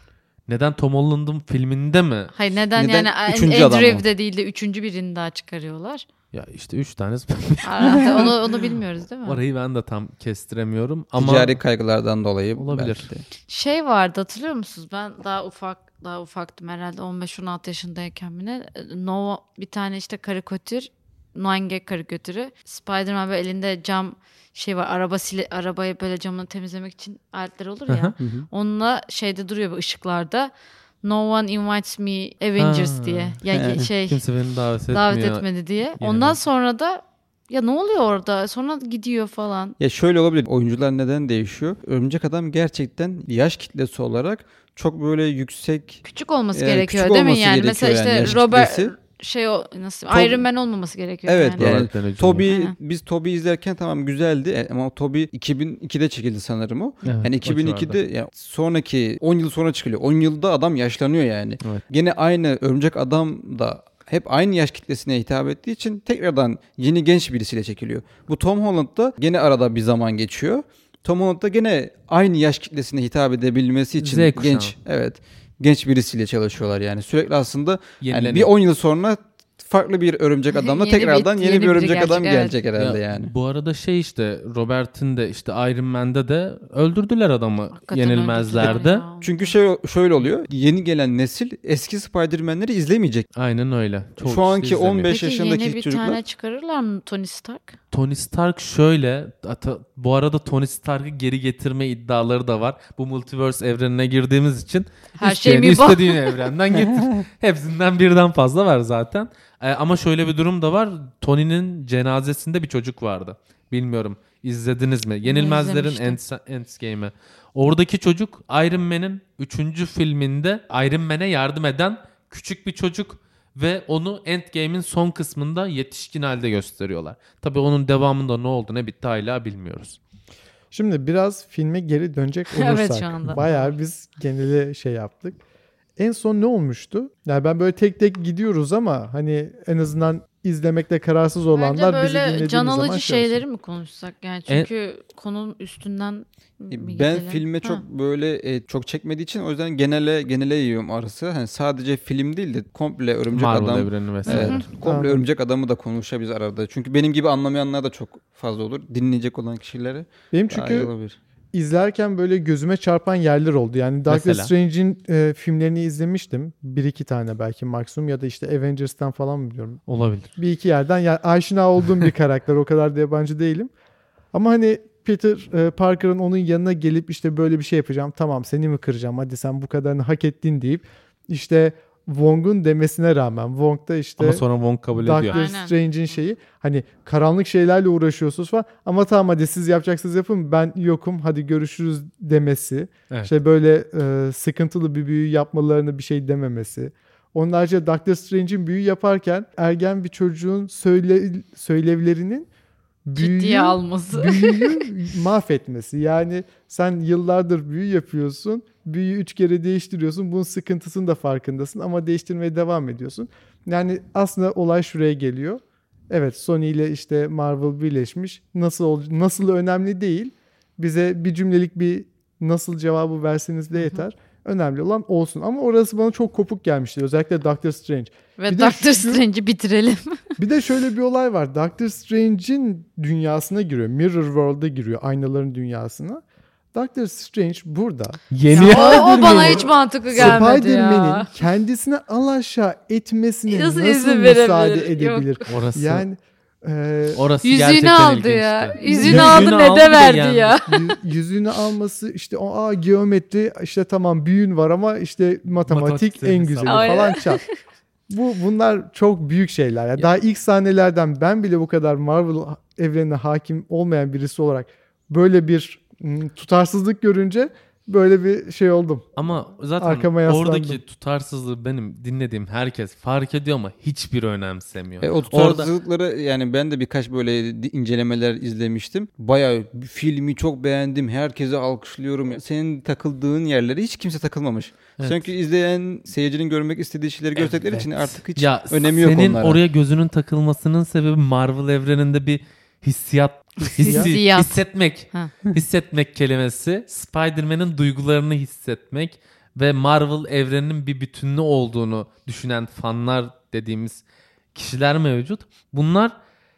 Neden Tom Holland'ın filminde mi?
Hayır neden,
Neden
yani
üçüncü adam
Andrew'de değil de üçüncü birini daha çıkarıyorlar?
Ya işte üç tane
Arada onu onu bilmiyoruz değil mi?
orayı ben de tam kestiremiyorum ama
Ticari kaygılardan dolayı
Olabilir.
belki de.
Şey vardı, hatırlıyor musunuz? Ben daha ufak daha ufaktım herhalde on beş on altı yaşındayken mi ne? No, bir tane işte karikatür, nine gag karikatürü. Spider-Man böyle elinde cam şey var, araba sile, arabayı böyle camını temizlemek için aletler olur ya. Onunla şeyde duruyor bu ışıklarda. No one invites me Avengers
Ha.
diye. Ya şey
kimse beni davet etmiyor.
davet etmedi diye. Ondan sonra da ya ne oluyor orada? Sonra gidiyor falan.
Ya şöyle olabilir. Oyuncular neden değişiyor? Örümcek Adam gerçekten yaş kitlesi olarak çok böyle yüksek
Küçük olması
e,
gerekiyor
küçük
değil mi
olması
yani?
gerekiyor
Mesela işte
yani yaş
Robert
kitlesi.
şey o nasıl
Tob-
Iron Man olmaması gerekiyor
Evet
yani.
yani
Robert Downey Junior
Toby
Aynen.
biz Toby izlerken tamam güzeldi E, ama Toby iki bin ikide çekildi sanırım o.
Evet,
Yani
o
iki bin ikide
civarda.
ya sonraki on yıl sonra çıkıyor. on yılda adam yaşlanıyor yani.
Evet.
Gene aynı Örümcek Adam da hep aynı yaş kitlesine hitap ettiği için tekrardan yeni genç birisiyle çekiliyor. Bu Tom Holland'da gene arada bir zaman geçiyor. Tom Holland'da gene aynı yaş kitlesine hitap edebilmesi için
Z kuşağı.
genç evet genç birisiyle çalışıyorlar yani. Sürekli aslında yani
Yenileniyor.
bir on yıl sonra farklı bir örümcek adamla
Yeni bir-
tekrardan yeni,
yeni
bir
biri
örümcek
gelecek,
adam
evet.
gelecek herhalde
Ya,
yani.
Bu arada şey işte Robert'in de işte Iron Man'de de öldürdüler adamı
Hakikaten
yenilmezlerde.
öldürdüler ya.
Çünkü şey şöyle oluyor. Yeni gelen nesil eski Spider-Man'leri izlemeyecek.
Aynin öyle. Çoğu
Şu
kişi
anki
izlemiyor.
on beş
Peki
yaşındaki
yeni bir
çocuklar-
tane çıkarırlar mı Tony Stark?
Tony Stark şöyle ata- bu arada Tony Stark'ı geri getirme iddiaları da var. Bu multiverse evrenine girdiğimiz için
Her
isteyen
şey mi bu?
istediğin evrenden getir. Hepsinden birden fazla var zaten. Ee, ama şöyle bir durum da var. Tony'nin cenazesinde bir çocuk vardı. Bilmiyorum izlediniz mi? Yenilmezlerin
izlemiştim.
End- Endgame'i. Oradaki çocuk Iron Man'in üçüncü filminde Iron Man'e yardım eden küçük bir çocuk ve onu Endgame'in son kısmında yetişkin halde gösteriyorlar. Tabii onun devamında ne oldu ne bitti hala bilmiyoruz.
Şimdi biraz filme geri dönecek
Evet,
olursak
şu anda.
bayağı biz geneli şey yaptık. En son ne olmuştu? Yani ben böyle tek tek gidiyoruz ama hani en azından izlemekte kararsız olanlar
Bence
bizi
böyle
dinlediğimiz
can
zaman
alıcı
şey olsun.
şeyleri mi konuşsak? Yani çünkü konunun üstünden mi
Ben
gidelim?
filme çok
Ha.
böyle e, çok çekmediği için o yüzden genele genele yiyorum arası. Hani sadece film değil de komple Örümcek
Marvel
Adam.
evreni vesaire.
Evet,
Hı hı.
komple
Tamam.
Örümcek Adam'ı da konuşabiliriz arada. Çünkü benim gibi anlamayanlar da çok fazla olur. Dinleyecek olan kişilere
Benim
daha iyi
çünkü
olabilir.
izlerken böyle gözüme çarpan yerler oldu. Yani Doctor
Mesela?
Strange'in e, filmlerini izlemiştim. Bir iki tane belki maksimum ya da işte Avengers'tan falan mı biliyorum.
Olabilir.
Bir iki yerden yani aşina olduğum bir karakter. O kadar da yabancı değilim. Ama hani Peter e, Parker'ın onun yanına gelip işte böyle bir şey yapacağım. Tamam seni mi kıracağım? Hadi sen bu kadarını hak ettin deyip işte Wong'un demesine rağmen Wong da işte
Ama sonra Wong kabul ediyor.
Doctor
Aynen.
Strange'in şeyi hani karanlık şeylerle uğraşıyorsunuz falan ama tamam hadi siz yapacaksınız yapın ben yokum hadi görüşürüz demesi.
Evet.
İşte böyle e, sıkıntılı bir büyü yapmalarını bir şey dememesi. Onun haricinde Doctor Strange'in büyü yaparken ergen bir çocuğun söyle, söylevlerinin büyüyü,
Ciddiye alması.
büyüyü mahvetmesi. Yani sen yıllardır büyü yapıyorsun. Büyüyü üç kere değiştiriyorsun. Bunun sıkıntısının da farkındasın ama değiştirmeye devam ediyorsun. Yani aslında olay şuraya geliyor. Evet Sony ile işte Marvel birleşmiş. Nasıl ol- nasıl önemli değil. Bize bir cümlelik bir nasıl cevabı verseniz de yeter. Önemli olan olsun. Ama orası bana çok kopuk gelmişti. Özellikle Doctor Strange.
Ve
Bir de
Doctor
şu-
Strange'i bitirelim.
Bir de şöyle bir olay var. Doctor Strange'in dünyasına giriyor. Mirror World'a giriyor. Aynaların dünyasına. Doctor Strange burada.
Yeni
o, o bana hiç mantıklı gelmedi
Spider-Man'in
ya.
kendisine alaşağı etmesine
Nasıl
nasıl,
izin
müsaade
verebilir?
edebilir?
orası
Yani e,
orası
Yüzüğünü
gerçekten
aldı
ilginçti.
ya.
Yüzüğünü
Yüzüğünü aldı
aldı
ne
bir
de
de
verdi
yendi.
ya.
Yü- yüzüğünü alması işte o aa, geometri işte tamam büyün var ama işte matematik
Matematik
en
hesap.
güzeli
Aynen.
falan çal. Bu bunlar çok büyük şeyler. Ya daha ilk sahnelerden ben bile bu kadar Marvel evrenine hakim olmayan birisi olarak böyle bir mm, tutarsızlık görünce böyle bir şey oldum.
Ama zaten
Arkama yaslandım.
oradaki tutarsızlığı benim dinlediğim herkes fark ediyor ama hiçbiri önemsemiyor.
E, o
Orada
tutarsızlıkları yani ben de birkaç böyle di- incelemeler izlemiştim. Bayağı filmi çok beğendim. Herkese alkışlıyorum. Senin takıldığın yerlere hiç kimse takılmamış.
Evet.
Çünkü izleyen seyircinin görmek istediği şeyleri gördükleri için artık hiç
ya
önemi yok
senin
onlara.
oraya gözünün takılmasının sebebi Marvel evreninde bir hissiyat hissi,
Hissiyat.
hissetmek.
Ha.
Hissetmek kelimesi Spider-Man'in duygularını hissetmek ve Marvel evreninin bir bütünlüğü olduğunu düşünen fanlar dediğimiz kişiler mevcut. Bunlar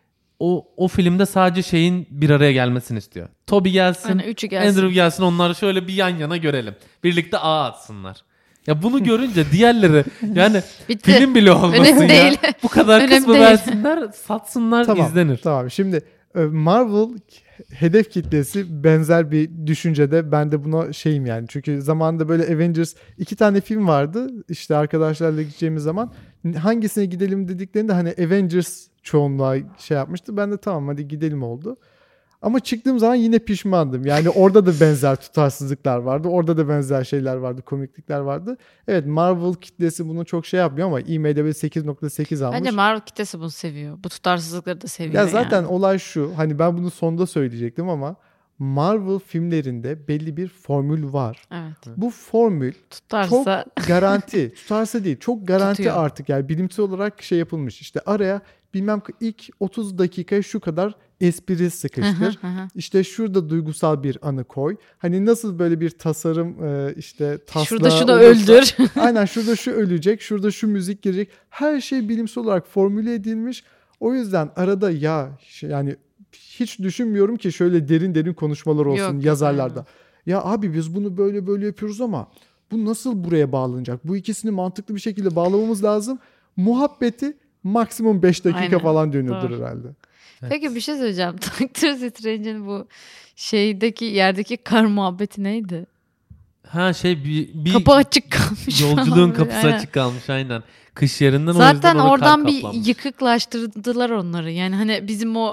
o o filmde sadece şeyin bir araya gelmesini istiyor. Tobey gelsin,
Aynen, üçü gelsin.
Andrew gelsin, onları şöyle bir yan yana görelim. Birlikte ağ atsınlar. Ya bunu görünce diğerleri yani
Bitti.
film bile olmasın
Önemli
ya.
değil.
Bu kadar
Önemli
kısmı
değil.
versinler, satsınlar,
Tamam.
izlenir.
Tamam. Şimdi e, Marvel hedef kitlesi benzer bir düşüncede ben de buna şeyim yani. Çünkü zamanında böyle Avengers iki tane film vardı. İşte arkadaşlarla gideceğimiz zaman hangisine gidelim dediklerinde hani Avengers çoğunluğa şey yapmıştı. Ben de tamam hadi gidelim oldu. Ama çıktığım zaman yine pişmandım. Yani orada da benzer tutarsızlıklar vardı. Orada da benzer şeyler vardı. Komiklikler vardı. Evet Marvel kitlesi bunu çok şey yapmıyor ama I M D B sekiz nokta sekiz almış.
Bence Marvel kitlesi bunu seviyor. Bu tutarsızlıkları da seviyor
Ya zaten
yani.
olay şu. Hani ben bunu sonda söyleyecektim ama Marvel filmlerinde belli bir formül var.
Evet.
Bu formül
Tutarsa
çok garanti. Tutarsa değil. Çok garanti
Tutuyor.
artık. Yani bilimsel olarak şey yapılmış. İşte araya bilmem ilk otuz dakikaya şu kadar espri sıkıştır.
Hı hı hı.
İşte şurada duygusal bir anı koy. Hani nasıl böyle bir tasarım e, işte taslağı
şurada şunu
olursa-
öldür.
Aynen şurada şu ölecek, şurada şu müzik girecek. Her şey bilimsel olarak formüle edilmiş. O yüzden arada ya şey, yani hiç düşünmüyorum ki şöyle derin derin konuşmalar olsun
Yok, yok,
yazarlarda. Ya abi biz bunu böyle böyle yapıyoruz ama bu nasıl buraya bağlanacak? Bu ikisini mantıklı bir şekilde bağlamamız lazım. Muhabbeti maksimum beş dakika
Aynen,
falan dönüyordur
doğru.
herhalde.
Peki bir şey söyleyeceğim. Doctor Strange'in bu şeydeki yerdeki kar muhabbeti neydi?
Ha şey bir, bir
Kapı açık kalmış.
yolculuğun
falan
kapısı
böyle. Aynen.
açık kalmış aynen. Kış yerinden o
Zaten
yüzden orada
oradan
kar
bir
kaplanmış.
yıkıklaştırdılar onları. Yani hani bizim o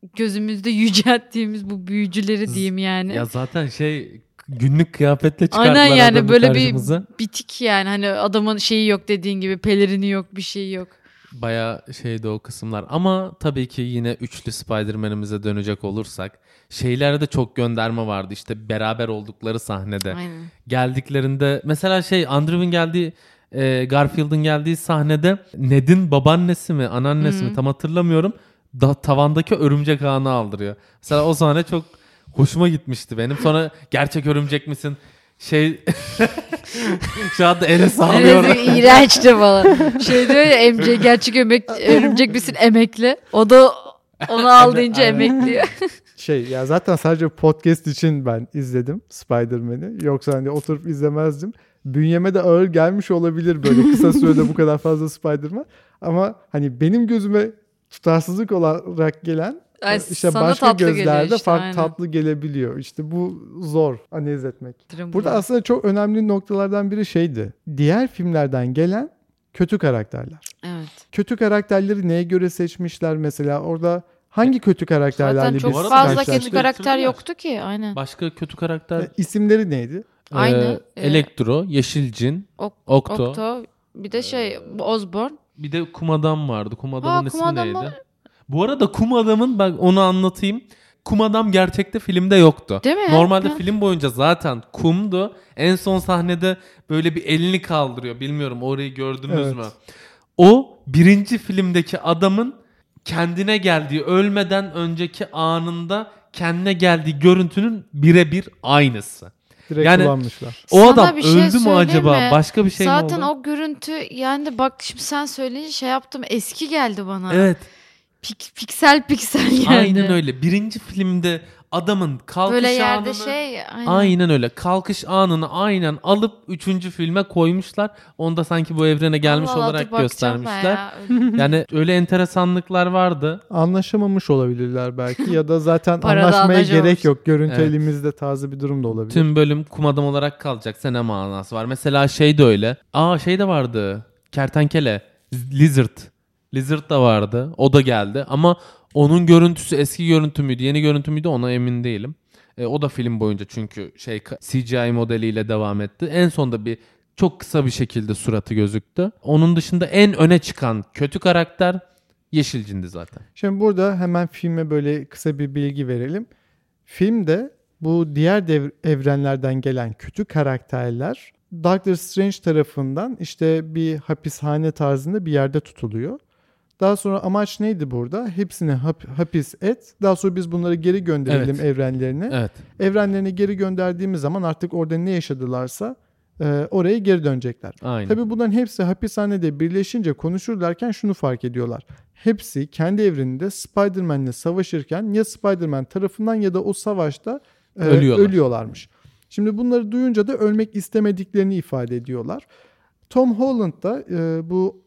gözümüzde yücelttiğimiz bu büyücüleri diyeyim yani.
Ya zaten şey günlük kıyafetle çıkarttılar
Aynen yani
adamı
böyle
karşımıza.
bir bitik yani hani adamın şeyi yok dediğin gibi pelerini yok bir şeyi yok.
Baya şeydi o kısımlar ama tabii ki yine üçlü Spider-Man'imize dönecek olursak şeylerde çok gönderme vardı işte beraber oldukları sahnede.
Aynen.
Geldiklerinde mesela şey Andrew'un geldiği e, Garfield'ın geldiği sahnede Ned'in babaannesi mi anneannesi
Hı-hı.
mi tam hatırlamıyorum da tavandaki örümcek ağını aldırıyor. Mesela o sahne çok hoşuma gitmişti benim. Sonra gerçek örümcek misin? Şey şu anda ele sağlıyorum.
Evet, iğrençti falan. Şey diyor ya M J gerçek emek, örümcek misin emekli. O da onu al deyince
Aynen.
emekli.
Şey ya zaten sadece podcast için ben izledim Spider-Man'i. Yoksa hani oturup izlemezdim. Bünyeme de ağır gelmiş olabilir böyle kısa sürede bu kadar fazla Spider-Man. Ama hani benim gözüme tutarsızlık olarak gelen
Ay,
işte
sana
başka
tatlı geliyor
gözlerde
işte,
farklı
aynen.
tatlı gelebiliyor. İşte bu zor analiz etmek.
Durum
Burada
bu.
aslında çok önemli noktalardan biri şeydi. Diğer filmlerden gelen kötü karakterler.
Evet.
Kötü karakterleri neye göre seçmişler mesela? Orada hangi kötü karakterlerle
Zaten
biz
çok
Bu arada
fazla
karşılaştık?
kötü karakter
Bitirdiler.
yoktu ki. Aynen.
Başka kötü karakter
E, İsimleri neydi?
Aynı.
e, Elektro, Yeşilcin,
Ok-
Okto.
Okto. Bir de şey bu Osborn.
Bir de Kum Adam vardı. Kum Adam'ın
Ha,
ismi
Kum Adam
neydi?
var.
Bu arada Kum Adam'ın bak onu anlatayım. Kum Adam gerçekte filmde yoktu.
Değil mi?
Normalde
Evet.
film boyunca zaten kumdu. En son sahnede böyle bir elini kaldırıyor. Bilmiyorum orayı gördünüz
Evet.
mü? O birinci filmdeki adamın kendine geldiği, ölmeden önceki anında kendine geldiği görüntünün birebir aynısı.
Direkt
Yani-
kullanmışlar.
O
Sana
adam
bir şey
öldü mü
söyleyeyim
acaba?
mi?
Başka bir şey
Zaten
mi oldu?
o görüntü yani bak şimdi sen söyleyince şey yaptım eski geldi bana.
Evet.
Pik- piksel piksel geldi.
Aynen öyle. Birinci filmde adamın kalkış
Böyle yerde
anını...
şey aynen.
Aynen öyle. Kalkış anını aynen alıp üçüncü filme koymuşlar. Onu da sanki bu evrene gelmiş
Allah Allah,
olarak
dur bakacağım ben
göstermişler.
ya.
Yani öyle enteresanlıklar vardı.
Anlaşamamış olabilirler belki ya da zaten
Parada
anlaşmaya
anlaşamamış.
gerek yok. Görüntü
Evet.
elimizde taze bir durum da olabilir.
Tüm bölüm kum adam olarak kalacaksa ne manası var? Mesela şey de öyle. Aa şey de vardı. Kertenkele. Lizard. Lizard da vardı. O da geldi. Ama onun görüntüsü eski görüntü müydü, yeni görüntü müydü ona emin değilim. E, o da film boyunca çünkü şey C G I modeliyle devam etti. En sonda bir çok kısa bir şekilde suratı gözüktü. Onun dışında en öne çıkan kötü karakter Yeşilcindi zaten.
Şimdi burada hemen filme böyle kısa bir bilgi verelim. Filmde bu diğer dev- evrenlerden gelen kötü karakterler Doctor Strange tarafından işte bir hapishane tarzında bir yerde tutuluyor. Daha sonra amaç neydi burada? Hepsini hap- hapis et. Daha sonra biz bunları geri gönderelim
Evet.
evrenlerine.
Evet.
Evrenlerine geri gönderdiğimiz zaman artık orada ne yaşadılarsa e, oraya geri dönecekler.
Aynen.
Tabii bunların hepsi hapishanede birleşince konuşurlarken şunu fark ediyorlar. Hepsi kendi evreninde Spider-Man'le savaşırken ya Spider-Man tarafından ya da o savaşta e,
Ölüyorlar.
ölüyorlarmış. Şimdi bunları duyunca da ölmek istemediklerini ifade ediyorlar. Tom Holland da e, bu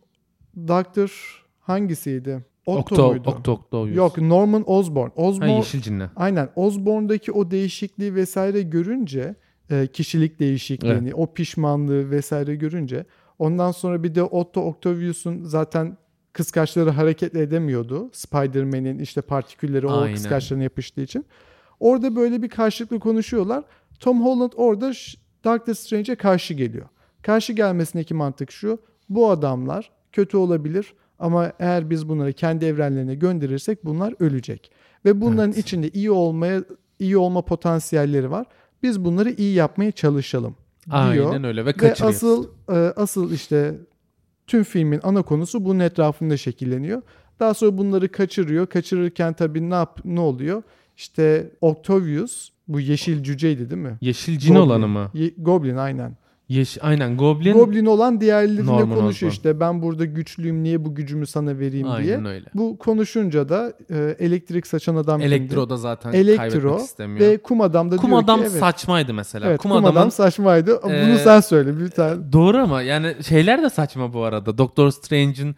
Doktor hangisiydi? Otto
Okto,
muydu?
Okto, Okto.
Yok, Norman Osborn.
Ha,
Osborn
Yeşilcinle.
Aynen. Osborn'daki o değişikliği vesaire görünce e, kişilik değişikliğini, o pişmanlığı vesaire görünce ondan sonra bir de Otto Octavius'un zaten kıskaçları hareket edemiyordu. Spider-Man'in işte partikülleri o
Aynen.
kıskaçlarına yapıştığı için. Orada böyle bir karşılıklı konuşuyorlar. Tom Holland orada ş- Doctor Strange'e karşı geliyor. Karşı gelmesindeki mantık şu. Bu adamlar kötü olabilir ama eğer biz bunları kendi evrenlerine gönderirsek bunlar ölecek. Ve bunların
Evet.
içinde iyi olmaya iyi olma potansiyelleri var. Biz bunları iyi yapmaya çalışalım diyor.
Aynen öyle ve
Ve
kaçırıyor.
asıl e, asıl işte tüm filmin ana konusu bunun etrafında şekilleniyor. Daha sonra bunları kaçırıyor. Kaçırırken tabii ne yap ne oluyor? İşte Octavius bu yeşil cüceydi değil mi?
Yeşilcin
Goblin.
olanı mı?
Ye- Goblin aynen.
Yeş aynen Goblin.
Goblin olan diğerleriyle
Norman
konuşuyor
Osborn.
işte. Ben burada güçlüyüm, niye bu gücümü sana vereyim diye.
Aynen öyle.
Bu konuşunca da e, elektrik saçan adam kimdi?
Elektro da zaten
Elektro
kaybetmek istemiyor.
ve kum adam da
Kum
diyor
adam
ki evet.
saçmaydı mesela.
Evet,
kum,
kum,
adamın
adam saçmaydı. Bunu
Ee,
sen söyle bir tane.
doğru ama yani şeyler de saçma bu arada. Doctor Strange'in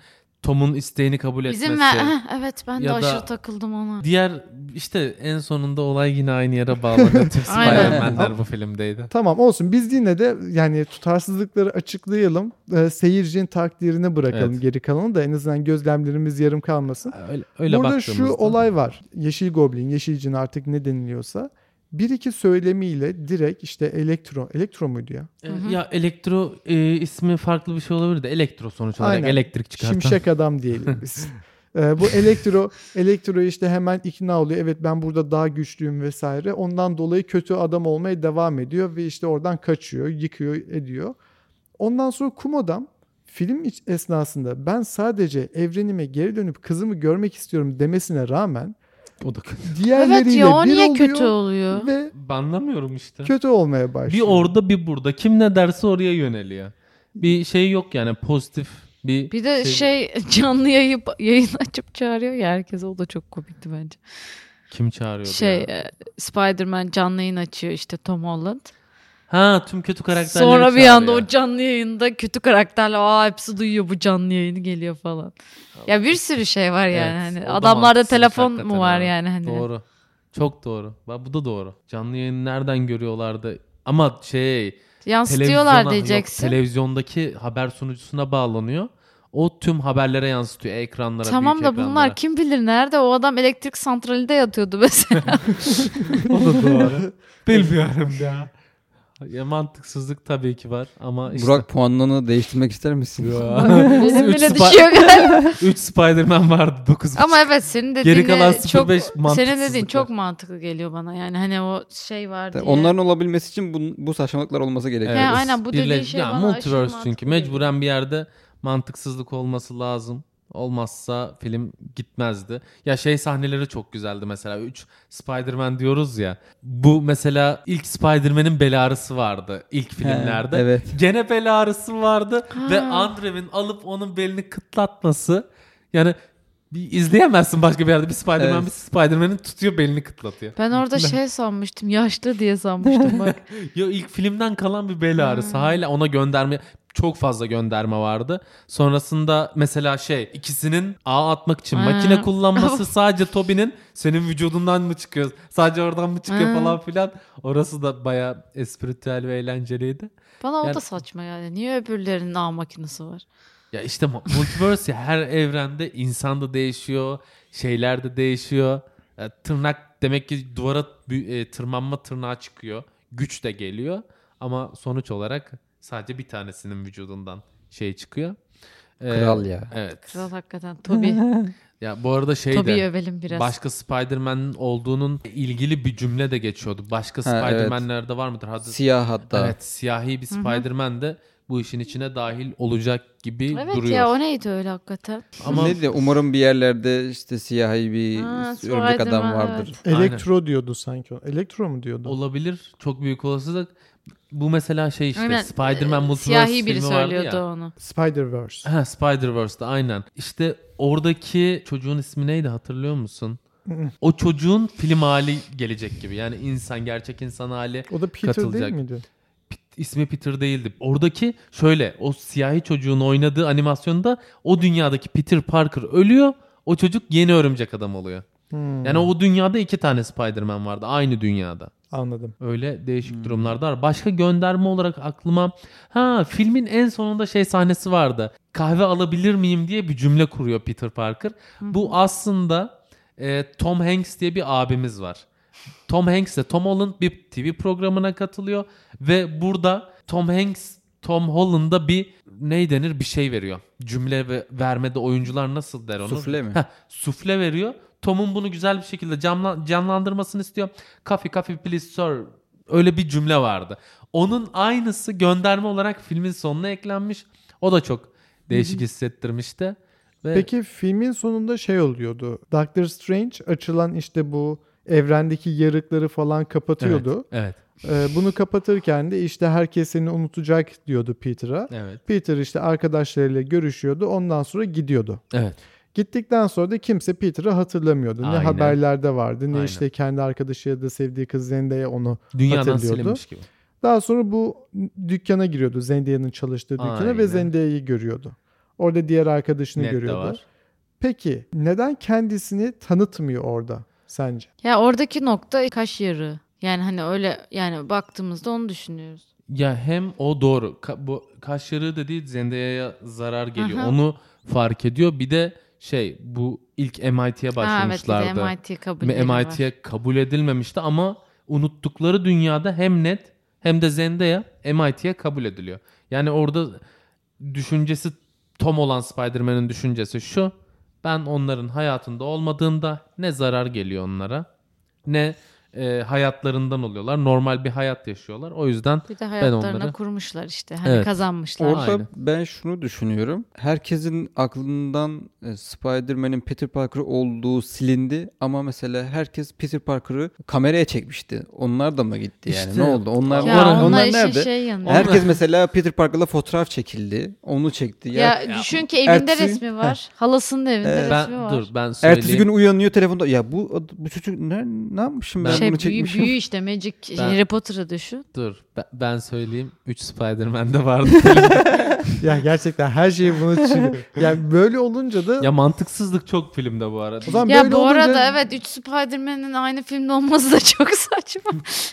Tom'un isteğini kabul etmesi.
Bizim ve Heh, evet ben de
Ya da-
aşırı takıldım ona.
Diğer işte en sonunda olay yine aynı yere bağlanıyor. Tüm
Aynen.
Spider-Man'ler bu filmdeydi.
Tamam olsun, biz yine de yani tutarsızlıkları açıklayalım. Ee, seyircinin takdirine bırakalım
Evet.
geri kalanı da en azından gözlemlerimiz yarım kalmasın.
Öyle, öyle
Burada şu
baktığımızda.
olay var. Yeşil Goblin, Yeşil Cin artık ne deniliyorsa bir iki söylemiyle direkt işte elektro, elektro muydu ya?
Ee, Ya elektro e, ismi farklı bir şey olabilir de elektro sonuç olarak
Aynen.
elektrik çıkartan.
Şimşek adam diyelim biz. Ee, bu elektro elektro işte hemen ikna oluyor. Evet ben burada daha güçlüyüm vesaire. Ondan dolayı kötü adam olmaya devam ediyor ve işte oradan kaçıyor, yıkıyor, ediyor. Ondan sonra kum adam film iç- esnasında ben sadece evrenime geri dönüp kızımı görmek istiyorum demesine rağmen
O da
diğerleriyle
Evet ya o
bir
niye
oluyor
kötü oluyor?
ve
anlamıyorum işte.
kötü olmaya
Bir
başlıyor.
orada bir burada. Kim ne derse oraya yöneliyor. Bir şey yok yani pozitif bir
Bir de şey canlı yayın, yayın açıp çağırıyor ya herkese, o da çok komikti bence.
Kim çağırıyordu
Şey
ya?
e, Spider-Man canlı yayın açıyor işte Tom Holland.
Ha tüm kötü karakterleri
Sonra bir anda
çağırıyor.
o canlı yayında kötü karakterler aa hepsi duyuyor bu canlı yayını geliyor falan. Ya bir sürü şey var yani
Evet,
hani
o da
adamlarda
mantıksız
telefon
hakikaten
mu var
ha.
yani hani.
Doğru. Çok doğru. Bak bu da doğru. Canlı yayını nereden görüyorlardı? Ama şey
Yansıtıyorlar
televizyona-
diyeceksin.
Yok, televizyondaki haber sunucusuna bağlanıyor. O tüm haberlere yansıtıyor ekranlara,
Tamam
büyük
da bunlar
ekranlara.
kim bilir nerede, o adam elektrik santralinde yatıyordu mesela.
O da doğru. Bilmiyorum ya. Ya mantıksızlık tabii ki var ama işte.
Burak puanını değiştirmek ister misin?
Benim
Üç
bile
Spi-
düşüyor galiba.
üç Spider-Man vardı. dokuz
Ama evet senin
Geri
dediğin
kalan
de
sıfır
çok
beş
senin
mantıksızlık
dediğin
var.
çok mantıklı geliyor bana. Yani hani o şey var diye.
Onların olabilmesi için bu, bu saçmalıklar olması gerekiyor.
He, aynen bu dediğin
Birle-
şey
ya,
bana aşırı
multiverse çünkü
mantıklı
mecburen bir yerde mantıksızlık olması lazım. Olmazsa film gitmezdi. Ya şey sahneleri çok güzeldi mesela. üç Spider-Man diyoruz ya. Bu mesela ilk Spider-Man'in bel ağrısı vardı ilk filmlerde.
evet.
Gene bel ağrısı vardı
Ha.
ve Andrew'in alıp onun belini kıtlatması. Yani bir izleyemezsin başka bir yerde. Bir Spider-Man
Evet.
bir Spider-Man'in tutuyor belini kıtlatıyor.
Ben orada şey sanmıştım, yaşlı diye sanmıştım bak.
Ya ilk filmden kalan bir bel ağrısı. Hala ona gönderme çok fazla gönderme vardı. Sonrasında mesela şey ikisinin ağ atmak için
Ha.
makine kullanması sadece Tobey'nin senin vücudundan mı çıkıyor? Sadece oradan mı çıkıyor
Ha.
falan filan. Orası da bayağı espritüel ve eğlenceliydi.
Bana o
Yani-
da saçma yani. Niye öbürlerinin ağ makinesi var?
Ya işte mu- multiverse ya her evrende insan da değişiyor, şeyler de değişiyor. E, tırnak demek ki duvara bü- e, tırmanma tırnağı çıkıyor. Güç de geliyor ama sonuç olarak sadece bir tanesinin vücudundan şey çıkıyor. E,
Kral ya.
Evet.
Kral hakikaten Toby.
Ya bu arada şey
Toby'yi
de
övelim biraz.
başka Spider-Man'in olduğunun ilgili bir cümle de geçiyordu. Başka
Ha, evet.
Spider-Man'lerde var mıdır? Hadi.
Siyah hatta.
Evet, siyahi bir Spider-Man de bu işin içine dahil olacak gibi
Evet
duruyor.
ya o neydi öyle hakikaten?
Ama
Ne diyor? Umarım bir yerlerde işte siyahi bir
Ha,
örümcek adam
Spider-Man,
vardır.
Aynen.
Elektro diyordu sanki o. Elektro mu diyordu?
olabilir. Çok büyük olasılık. Bu mesela şey işte
Aynen.
Spider-Man
Ee,
Multiverse
siyahi biri
filmi vardı
söylüyordu
ya.
onu.
Spider-Verse.
Ha, Spider-Verse'de aynen. İşte oradaki çocuğun ismi neydi hatırlıyor musun? O çocuğun film hali gelecek gibi. Yani insan, gerçek insan hali.
O da Peter
Katılacak.
değil miydi?
İsmi Peter değildi. Oradaki şöyle o siyahi çocuğun oynadığı animasyonda o dünyadaki Peter Parker ölüyor. O çocuk yeni örümcek adam oluyor.
Hmm,
Yani o dünyada iki tane Spider-Man vardı. Aynı dünyada.
anladım.
Öyle değişik durumlarda var. Başka gönderme olarak aklıma ha filmin en sonunda şey sahnesi vardı. Kahve alabilir miyim diye bir cümle kuruyor Peter Parker. Bu aslında e, Tom Hanks diye bir abimiz var. Tom Hanks de Tom Holland bir T V programına katılıyor ve burada Tom Hanks Tom Holland'a bir ne denir bir şey veriyor. Cümle ve vermede oyuncular nasıl der onu?
Sufle mi?
Heh, sufle veriyor. Tom'un bunu güzel bir şekilde canla- canlandırmasını istiyor. Coffee coffee please sir. Öyle bir cümle vardı. Onun aynısı gönderme olarak filmin sonuna eklenmiş. O da çok değişik hissettirmişti. Ve
Peki filmin sonunda şey oluyordu. Doctor Strange açılan işte bu evrendeki yarıkları falan kapatıyordu.
Evet.
Ee, bunu kapatırken de işte herkes seni unutacak diyordu Peter'a.
Evet.
Peter işte arkadaşlarıyla görüşüyordu. Ondan sonra gidiyordu.
Evet.
Gittikten sonra da kimse Peter'ı hatırlamıyordu. Ne
Aynen.
haberlerde vardı ne
Aynen.
işte kendi arkadaşı ya da sevdiği kız Zendaya onu
Dünyadan
hatırlıyordu.
silinmiş gibi.
Daha sonra bu dükkana giriyordu. Zendaya'nın çalıştığı dükkana
Aynen.
ve Zendaya'yı görüyordu. Orada diğer arkadaşını
Ned de
görüyordu.
var.
Peki neden kendisini tanıtmıyor orada sence?
Ya oradaki nokta kaş yarığı. Yani hani öyle yani baktığımızda onu düşünüyoruz.
Ya hem o doğru. Ka- bu kaş yarığı da değil, Zendaya'ya zarar geliyor.
Aha.
Onu fark ediyor. Bir de şey, bu ilk M I T'ye
Ha, evet bir de
başlamışlardı.
M I T kabul
M I T'ye kabul edilmemişti ama unuttukları dünyada hem Ned hem de Zendaya M I T'ye kabul ediliyor. Yani orada düşüncesi, Tom olan Spider-Man'in düşüncesi şu: ben onların hayatında olmadığımda ne zarar geliyor onlara, ne e, hayatlarından oluyorlar. Normal bir hayat yaşıyorlar. O yüzden
Bir de hayatlarına
onları-
kurmuşlar işte. Hani
Evet.
kazanmışlar.
Orada
Aynen.
ben şunu düşünüyorum. Herkesin aklından e, Spider-Man'in Peter Parker olduğu silindi ama mesela herkes Peter Parker'ı kameraya çekmişti. Onlar da mı gitti yani?
İşte-
Ne oldu? Onlar
Ya
onlar,
onlar,
onlar
işin
nerede?
şey yanı.
Herkes mesela Peter Parker'la fotoğraf çekildi. Onu çekti.
Ya,
Ya,
düşün ki evinde
ertesi-
resmi var. Halasının da evinde
Evet.
resmi
ben
var.
dur ben söyleyeyim.
ertesi gün uyanıyor telefonda. Ya bu bu çocuk ne ne yapmışım ben,
Ben-
Şey
bunu
büyü,
çekmişim.
büyü işte Magic
Ben-
Harry Potter'ı düşün.
Dur ben, ben söyleyeyim. üç Spider-Man'de vardı.
Ya gerçekten her şeyi bunu çıkıyor. Yani böyle olunca da
Ya mantıksızlık çok filmde bu arada.
o zaman
Ya
böyle
bu
olunca
arada evet üç Spider-Man'in aynı filmde olması da çok saçma.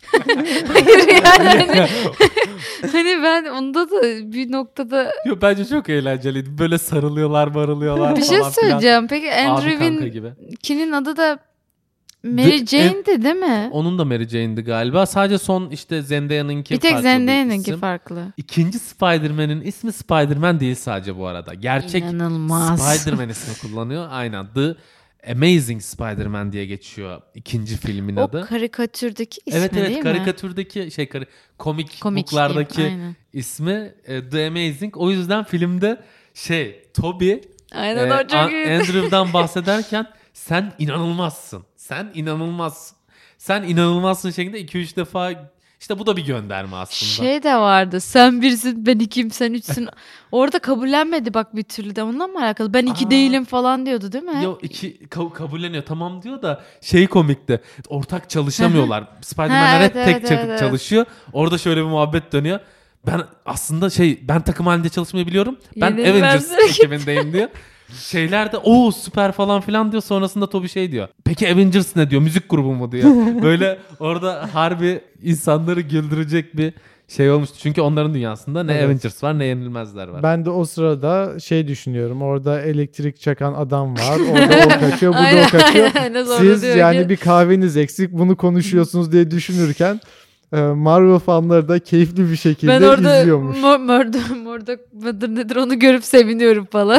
Hayır yani hani, hani ben onda da bir noktada
Yo, bence çok eğlenceliydi. Böyle sarılıyorlar, marılıyorlar
bir şey
falan filan.
söyleyeceğim. Peki
Abi kanka
Andrew'in
gibi.
kinin adı da Mary
The-
Jane'di değil mi?
Onun da Mary Jane'di galiba. Sadece son işte Zendaya'nınki
Bir tek
farklı bir
Zendaya'nınki
isim.
farklı.
İkinci Spider-Man'in ismi Spider-Man değil sadece bu arada. Gerçek
İnanılmaz.
Spider-Man ismi kullanıyor. Aynen. The Amazing Spider-Man diye geçiyor ikinci filmin
O
adı.
karikatürdeki ismi
Evet evet
değil mi?
karikatürdeki şey kari, komik,
Komik
booklardaki
diyeyim, aynen.
ismi e, The Amazing. O yüzden filmde şey Toby
Aynen
e,
o çok
An-
iyi.
Andrew'dan bahsederken sen inanılmazsın. Sen inanılmazsın. Sen inanılmazsın şeklinde iki üç defa işte bu da bir gönderme aslında.
Şey de vardı. Sen birsin, ben ikiyim, sen üçsün. Orada kabullenmedi bak bir türlü de. Ondan mı alakalı? Ben iki
Aa.
değilim falan diyordu değil mi?
Yo iki ka- kabulleniyor tamam diyor da şey komikti. Ortak çalışamıyorlar. Spider-Man
Ha,
evet,
evet,
tek
evet,
çakıp
evet.
çalışıyor. Orada şöyle bir muhabbet dönüyor. Ben aslında şey ben takım halinde çalışmayı biliyorum. Ben
Yenilmez
Avengers
hareket.
ekibindeyim diyor. Şeyler de o süper falan filan diyor. Sonrasında Toby şey diyor. Peki Avengers ne diyor? Müzik grubu mu diyor. Böyle orada harbi insanları güldürecek bir şey olmuştu. Çünkü onların dünyasında ne
Evet.
Avengers var ne Yenilmezler var.
ben de o sırada şey düşünüyorum. Orada elektrik çakan adam var. Orada o kaçıyor, burada
Aynen,
o kaçıyor.
aynen. Sonra
Siz
diyor
yani
ki-
bir kahveniz eksik bunu konuşuyorsunuz diye düşünürken e, Marvel fanları da keyifli bir şekilde
ben orada
izliyormuş.
Mor- Murdoch Murdoch mıdır nedir onu görüp seviniyorum falan.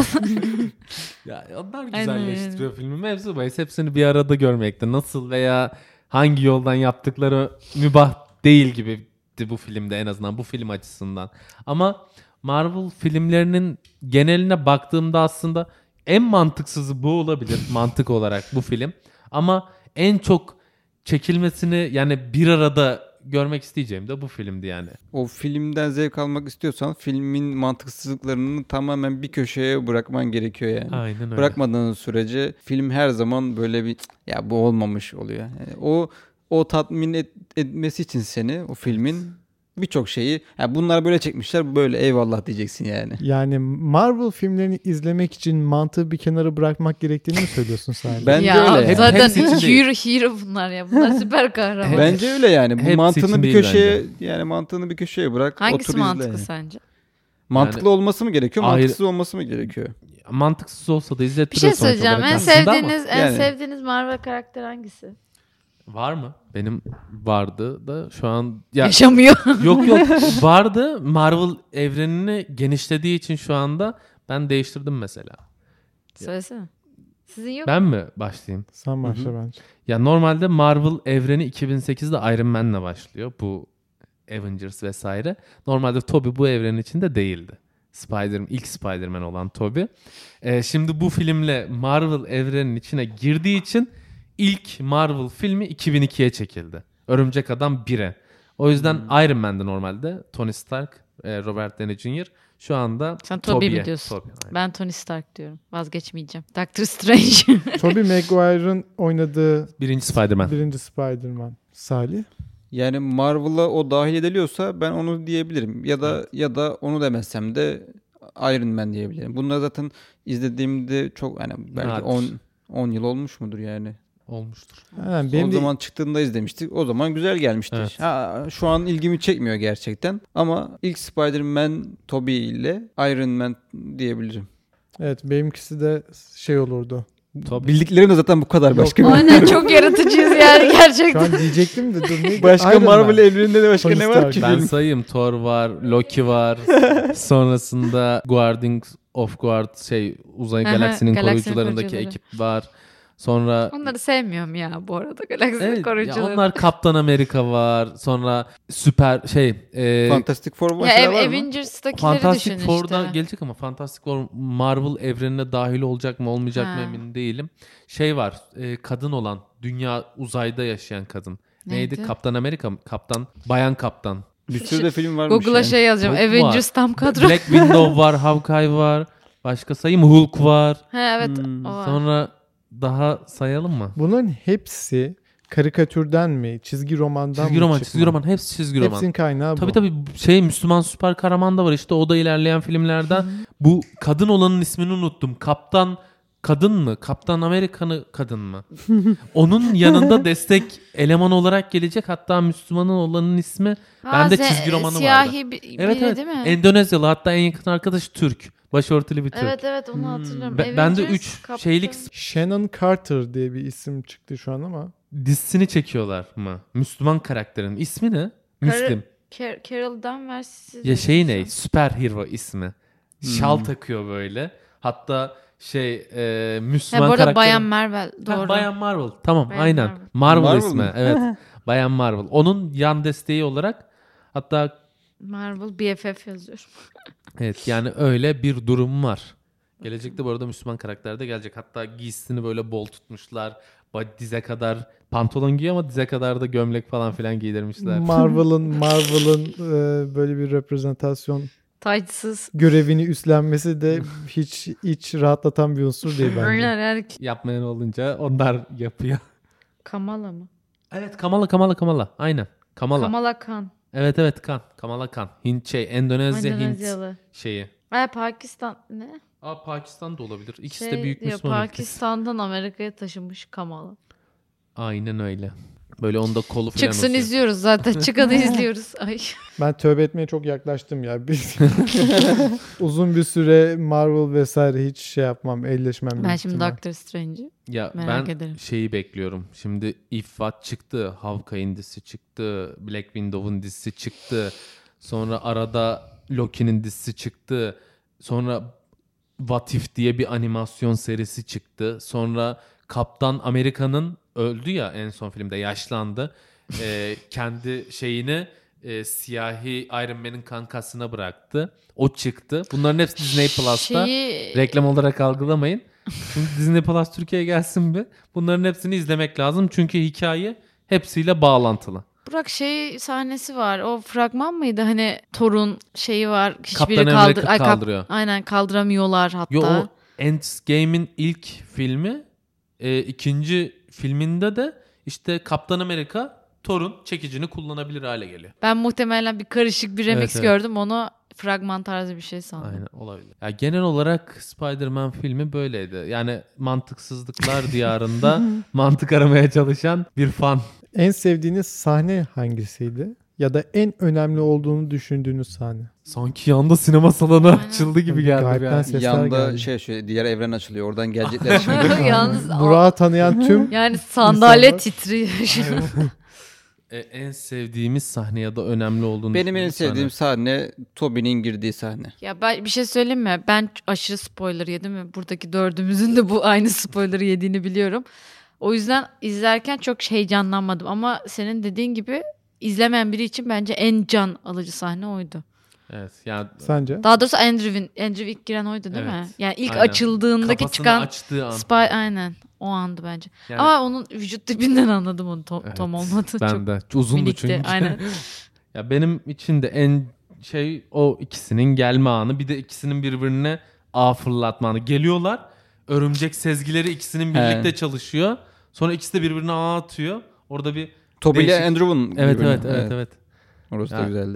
Ya onlar
Aynen
güzelleştiriyor filmi. Mevzu bahis hepsini bir arada görmekte. Nasıl veya hangi yoldan yaptıkları mübah değil gibiydi bu filmde, en azından bu film açısından. Ama Marvel filmlerinin geneline baktığımda aslında en mantıksızı bu olabilir mantık olarak bu film. Ama en çok çekilmesini yani bir arada görmek isteyeceğim de bu filmdi yani.
O filmden zevk almak istiyorsan filmin mantıksızlıklarını tamamen bir köşeye bırakman gerekiyor yani.
Aynen öyle.
Bırakmadığın sürece film her zaman böyle bir ya bu olmamış oluyor. Yani o o tatmin et- etmesi için seni o filmin birçok şeyi ya bunlar böyle çekmişler böyle eyvallah diyeceksin yani.
Yani Marvel filmlerini izlemek için mantığı bir kenara bırakmak gerektiğini mi söylüyorsun sadece?
Bence
ya
öyle.
zaten
Hepsi için değil.
hero, hero bunlar ya. Bunlar süper kahraman.
Bence öyle yani. Bu
Hepsi
mantığını
için
bir
değil
köşeye yani mantığını bir köşeye bırak.
Hangisi
otur
mantıklı
izle. Yani.
sence?
Mantıklı olması mı gerekiyor?
Ayrı-
Mantıksız olması mı gerekiyor?
Mantıksız olsa da
Bir
izletiyor
şey
sonuç
söyleyeceğim.
olarak
En
aslında ama-
sevdiğiniz en
yani.
sevdiğiniz Marvel karakteri hangisi?
Var mı? Benim vardı da şu an ya
Yaşamıyor.
yok yok vardı. Marvel evrenini genişlediği için şu anda ben değiştirdim mesela.
Söylesene. Sizin yok.
Ben mi başlayayım?
Sen başla bence.
Ya normalde Marvel evreni iki bin sekizde Iron Man'le başlıyor. Bu Avengers vesaire. Normalde Tobey bu evrenin içinde değildi. Spider ilk Spider-Man olan Tobey. Ee, şimdi bu filmle Marvel evreninin içine girdiği için ilk Marvel filmi iki bin ikiye çekildi. Örümcek Adam bire. O yüzden Iron Man'de normalde Tony Stark, e, Robert Downey junior Şu anda
Sen Tobey mi
Tobey'e.
diyorsun?
Tobey, aynen.
Ben Tony Stark diyorum. Vazgeçmeyeceğim. Doctor Strange.
Tobey Maguire'ın oynadığı
Birinci Spider-Man.
birinci Spider-Man. Salih.
Yani Marvel'a o dahil ediliyorsa ben onu diyebilirim. Ya da ya da onu demezsem de Iron Man diyebilirim. Bunları zaten izlediğimde çok yani belki
Nadir.
on on yıl olmuş mudur yani.
Olmuştur.
Yani benim
o
de
zaman çıktığında izlemiştik. O zaman güzel gelmişti.
Evet.
Ha, şu an ilgimi çekmiyor gerçekten. Ama ilk Spider-Man Tobey ile Iron Man diyebilirim.
evet benimkisi de şey olurdu.
Tabii.
Bildiklerim de zaten bu kadar.
Yok.
Başka bir
Aynen çok yaratıcıyız yani
Şu
gerçekten.
an diyecektim de dur neydi?
başka
Iron
Marvel
Man.
evreninde de başka
Tony
ne var
Stark.
ki?
Ben
film?
sayayım. Thor var, Loki var. Sonrasında Guardians of Guard şey uzay
Aha,
galaksinin
galaksinin
koruyucularındaki
koruyucuları.
ekip var. Sonra
Onları sevmiyorum ya bu arada. Galaksi
evet, ya
koruyucuları.
onlar Kaptan Amerika var. Sonra süper şey e,
Fantastic Four
Ya
mesela
Ev-
var mı?
Avengers'takileri
Fantastic
düşün
Four'da
işte.
gelecek ama Fantastic Four Marvel evrenine dahil olacak mı olmayacak mı
Ha.
emin değilim. Şey var e, kadın olan dünya uzayda yaşayan kadın. Neydi?
Neydi?
Kaptan Amerika mı? Kaptan Bayan Kaptan.
Bir sürü de film varmış
Google'a
yani.
şey yazacağım.
Hulk
Avengers
var.
tam kadro.
Black Widow var, Hawkeye var. Başka sayayım mı? Hulk var.
Ha evet
Hmm.
o var.
Sonra daha sayalım mı?
Bunların hepsi karikatürden mi, çizgi romandan
Çizgi
mı
roman,
çıkma?
çizgi roman. Hepsi çizgi roman.
Hepsinin kaynağı
Tabii
bu.
tabii şey Müslüman süper kahraman da var işte o da ilerleyen filmlerden. Bu kadın olanın ismini unuttum. Kaptan kadın mı? Kaptan Amerikanı kadın mı? Onun yanında destek eleman olarak gelecek. Hatta Müslümanın olanın ismi
Ha,
bende
ze-
çizgi romanı vardı.
Siyahi bir, biri
Evet evet.
değil mi?
Endonezyalı hatta en yakın arkadaş Türk. Başörtülü bir Türk.
Evet evet onu hatırlıyorum.
Be- bende
Avengers,
üç
Kaptan-
şeylik
Shannon Carter diye bir isim çıktı şu an ama.
dizisini çekiyorlar mı? Müslüman karakterin ismi ne? Müslim.
Car- Carol Danvers. siz
Ya şey ne?
biliyorsunuz.
Süper hero ismi. Şal takıyor böyle. Hatta şey e, Müslüman
Ha, bu arada
karakterin-
Bayan Marvel.
Ha,
Doğru.
Bayan Marvel. Tamam
Bayan
aynen.
Marvel.
Marvel,
Marvel
ismi.
mi?
Evet. Bayan Marvel. Onun yan desteği olarak hatta
Marvel B F F yazıyor.
evet yani öyle bir durum var. Gelecekte bu arada Müslüman karakter de gelecek. Hatta giysisini böyle bol tutmuşlar. Ba- Dize kadar pantolon giyiyor ama dize kadar da gömlek falan filan giydirmişler.
Marvel'ın Marvel'ın e, böyle bir reprezentasyon
Taçsız.
görevini üstlenmesi de hiç iç rahatlatan bir unsur değil bence.
Aynen yani.
Yapmayan olunca onlar yapıyor.
Kamala mı?
Evet Kamala Kamala Kamala. Aynen. Kamala.
Kamala Khan.
Evet evet Kan. Kamala Kan. Hint şey Endonezya Hint
Endonezyalı.
şeyi.
Ay Pakistan ne?
Aa Pakistan da olabilir. İkisi
Şey
de büyük
diyor,
Müslüman ülkesi.
Pakistan'dan Amerika'ya taşınmış Kamala.
Aynen öyle. Böyle onda kolu falan
Çıksın
uzuyor.
izliyoruz zaten. Çıkanı izliyoruz. Ay.
Ben tövbe etmeye çok yaklaştım ya. Bir- Uzun bir süre Marvel vesaire hiç şey yapmam, elleşmem.
Ben
büyük
şimdi
ihtimal.
Doctor Strange'i
Ya
merak
ben
ederim.
şeyi bekliyorum. Şimdi If What çıktı. Hawkeye'in dizisi çıktı. Black Widow'un dizisi çıktı. Sonra arada Loki'nin dizisi çıktı. Sonra What If diye bir animasyon serisi çıktı. Sonra Kaptan Amerika'nın öldü ya en son filmde yaşlandı. Ee, kendi şeyini e, siyahi Iron Man'in kankasına bıraktı. O çıktı. Bunların hepsi Disney Plus'ta.
Şeyi
Reklam olarak algılamayın. Şimdi Disney Plus Türkiye'ye gelsin bir. Bunların hepsini izlemek lazım. Çünkü hikaye hepsiyle bağlantılı.
Burak şey sahnesi var. O fragman mıydı? Hani Thor'un şeyi var. Hiçbiri
Kaptan
kaldır
Amerika
Ay, kap-
kaldırıyor.
Aynen kaldıramıyorlar hatta.
Yo o Endgame'in ilk filmi e, ikinci filminde de işte Kaptan Amerika Thor'un çekicini kullanabilir hale geliyor.
Ben muhtemelen bir karışık bir remix
Evet, evet.
gördüm. Onu fragman tarzı bir şey sandım.
Aynen olabilir. Ya genel olarak Spider-Man filmi böyleydi. Yani mantıksızlıklar diyarında mantık aramaya çalışan bir fan.
En sevdiğiniz sahne hangisiydi? Ya da en önemli olduğunu düşündüğünüz sahne.
Sanki yanda sinema salonu
Aynen.
açıldı gibi geldi.
Gayipten
Yani.
sesler
Yanda
geldi.
şey şey diğer evren açılıyor. Oradan gelecekler şimdi.
Yalnız
Burak'ı tanıyan tüm
yani sandalye
İnsanlar-
titriyor.
E, en sevdiğimiz sahne ya da önemli olduğunu
Benim en
düşündüğümüz
sevdiğim sahne Tobey'nin girdiği sahne.
Ya ben bir şey söyleyeyim mi? Ben aşırı spoiler yedim ve buradaki dördümüzün de bu aynı spoiler yediğini biliyorum. O yüzden izlerken çok heyecanlanmadım ama senin dediğin gibi izlemeyen biri için bence en can alıcı sahne oydu.
Evet yani
sence?
Daha doğrusu Andrew'in Andrew ilk giren oydu değil
Evet,
mi? Yani ilk
aynen.
açıldığındaki
kafasını
çıkan
açtığı an.
Spy aynen o andı bence.
Yani-
Ama onun vücut tipinden anladım onu Tom,
Evet,
Tom olmadı.
Ben
Çok
de. Uzundu
minikti,
çünkü.
aynen.
Ya benim için de en şey o ikisinin gelme anı. Bir de ikisinin birbirine ağ fırlatma anı. Geliyorlar. Örümcek sezgileri ikisinin birlikte
He.
çalışıyor. Sonra ikisi de birbirine ağ atıyor. Orada bir
Tobey ile
Değişik.
Andrew'un
evet
birbirine-
evet evet evet.
Orası da
Ya.
güzeldi.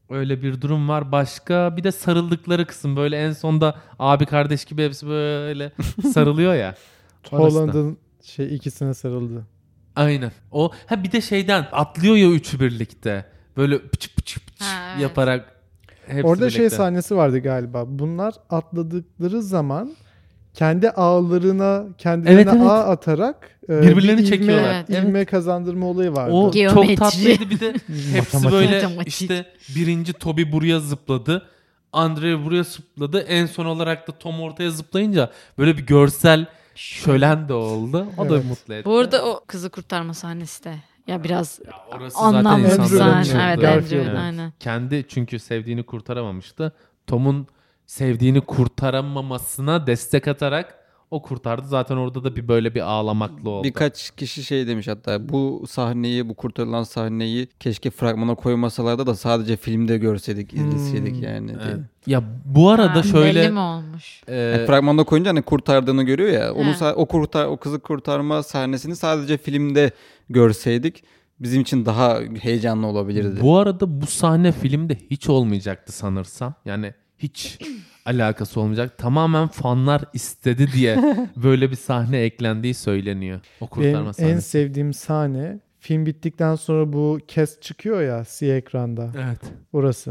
Öyle bir durum var. Başka bir de sarıldıkları kısım. Böyle en sonda abi kardeş gibi hepsi böyle sarılıyor ya. Orası da.
Holland'ın şey ikisine sarıldı.
Aynen. O ha bir de şeyden atlıyor ya üçü birlikte. Böyle pıç pıç pıç
Ha, evet.
yaparak hepsi
Orada
birlikte.
şey sahnesi vardı galiba. Bunlar atladıkları zaman kendi ağlarına kendilerine
Evet, evet.
ağ atarak e,
Birbirlerini
bir ivme-
çekiyorlar.
ivme kazandırma olayı vardı.
O
Geometri.
çok tatlıydı bir de hepsi
Matematik.
böyle
Matematik.
işte birinci Toby buraya zıpladı. Andre buraya zıpladı. En son olarak da Tom ortaya zıplayınca böyle bir görsel şölen de oldu. O da
Evet.
mutlu etti.
Bu arada o kızı kurtarma sahnesi de ya biraz
Orası
anlamlı
zaten
bir
insanların
sahne.
şey,
Evet,
Garfield.
Andrew,
Evet.
aynen.
Kendi çünkü sevdiğini kurtaramamıştı. Tom'un sevdiğini kurtaramamasına destek atarak o kurtardı. Zaten orada da bir böyle bir ağlamaklı oldu.
Birkaç kişi şey demiş hatta bu sahneyi, bu kurtarılan sahneyi keşke fragmana koymasalardı da sadece filmde görseydik, izleseydik
Hmm.
yani diye.
Evet. Ya bu arada
Ha,
şöyle
belli mi olmuş?
e,
Yani fragmanda koyunca hani kurtardığını görüyor ya. Onu
He.
sa- o kurtar o kızı kurtarma sahnesini sadece filmde görseydik bizim için daha heyecanlı olabilirdi.
bu arada bu sahne filmde hiç olmayacaktı sanırsam. Yani hiç alakası olmayacak. Tamamen fanlar istedi diye böyle bir sahne eklendiği söyleniyor. O kurtarma
Benim en
sahnesi.
sevdiğim sahne film bittikten sonra bu kes çıkıyor ya siyah ekranda.
Evet.
Orası.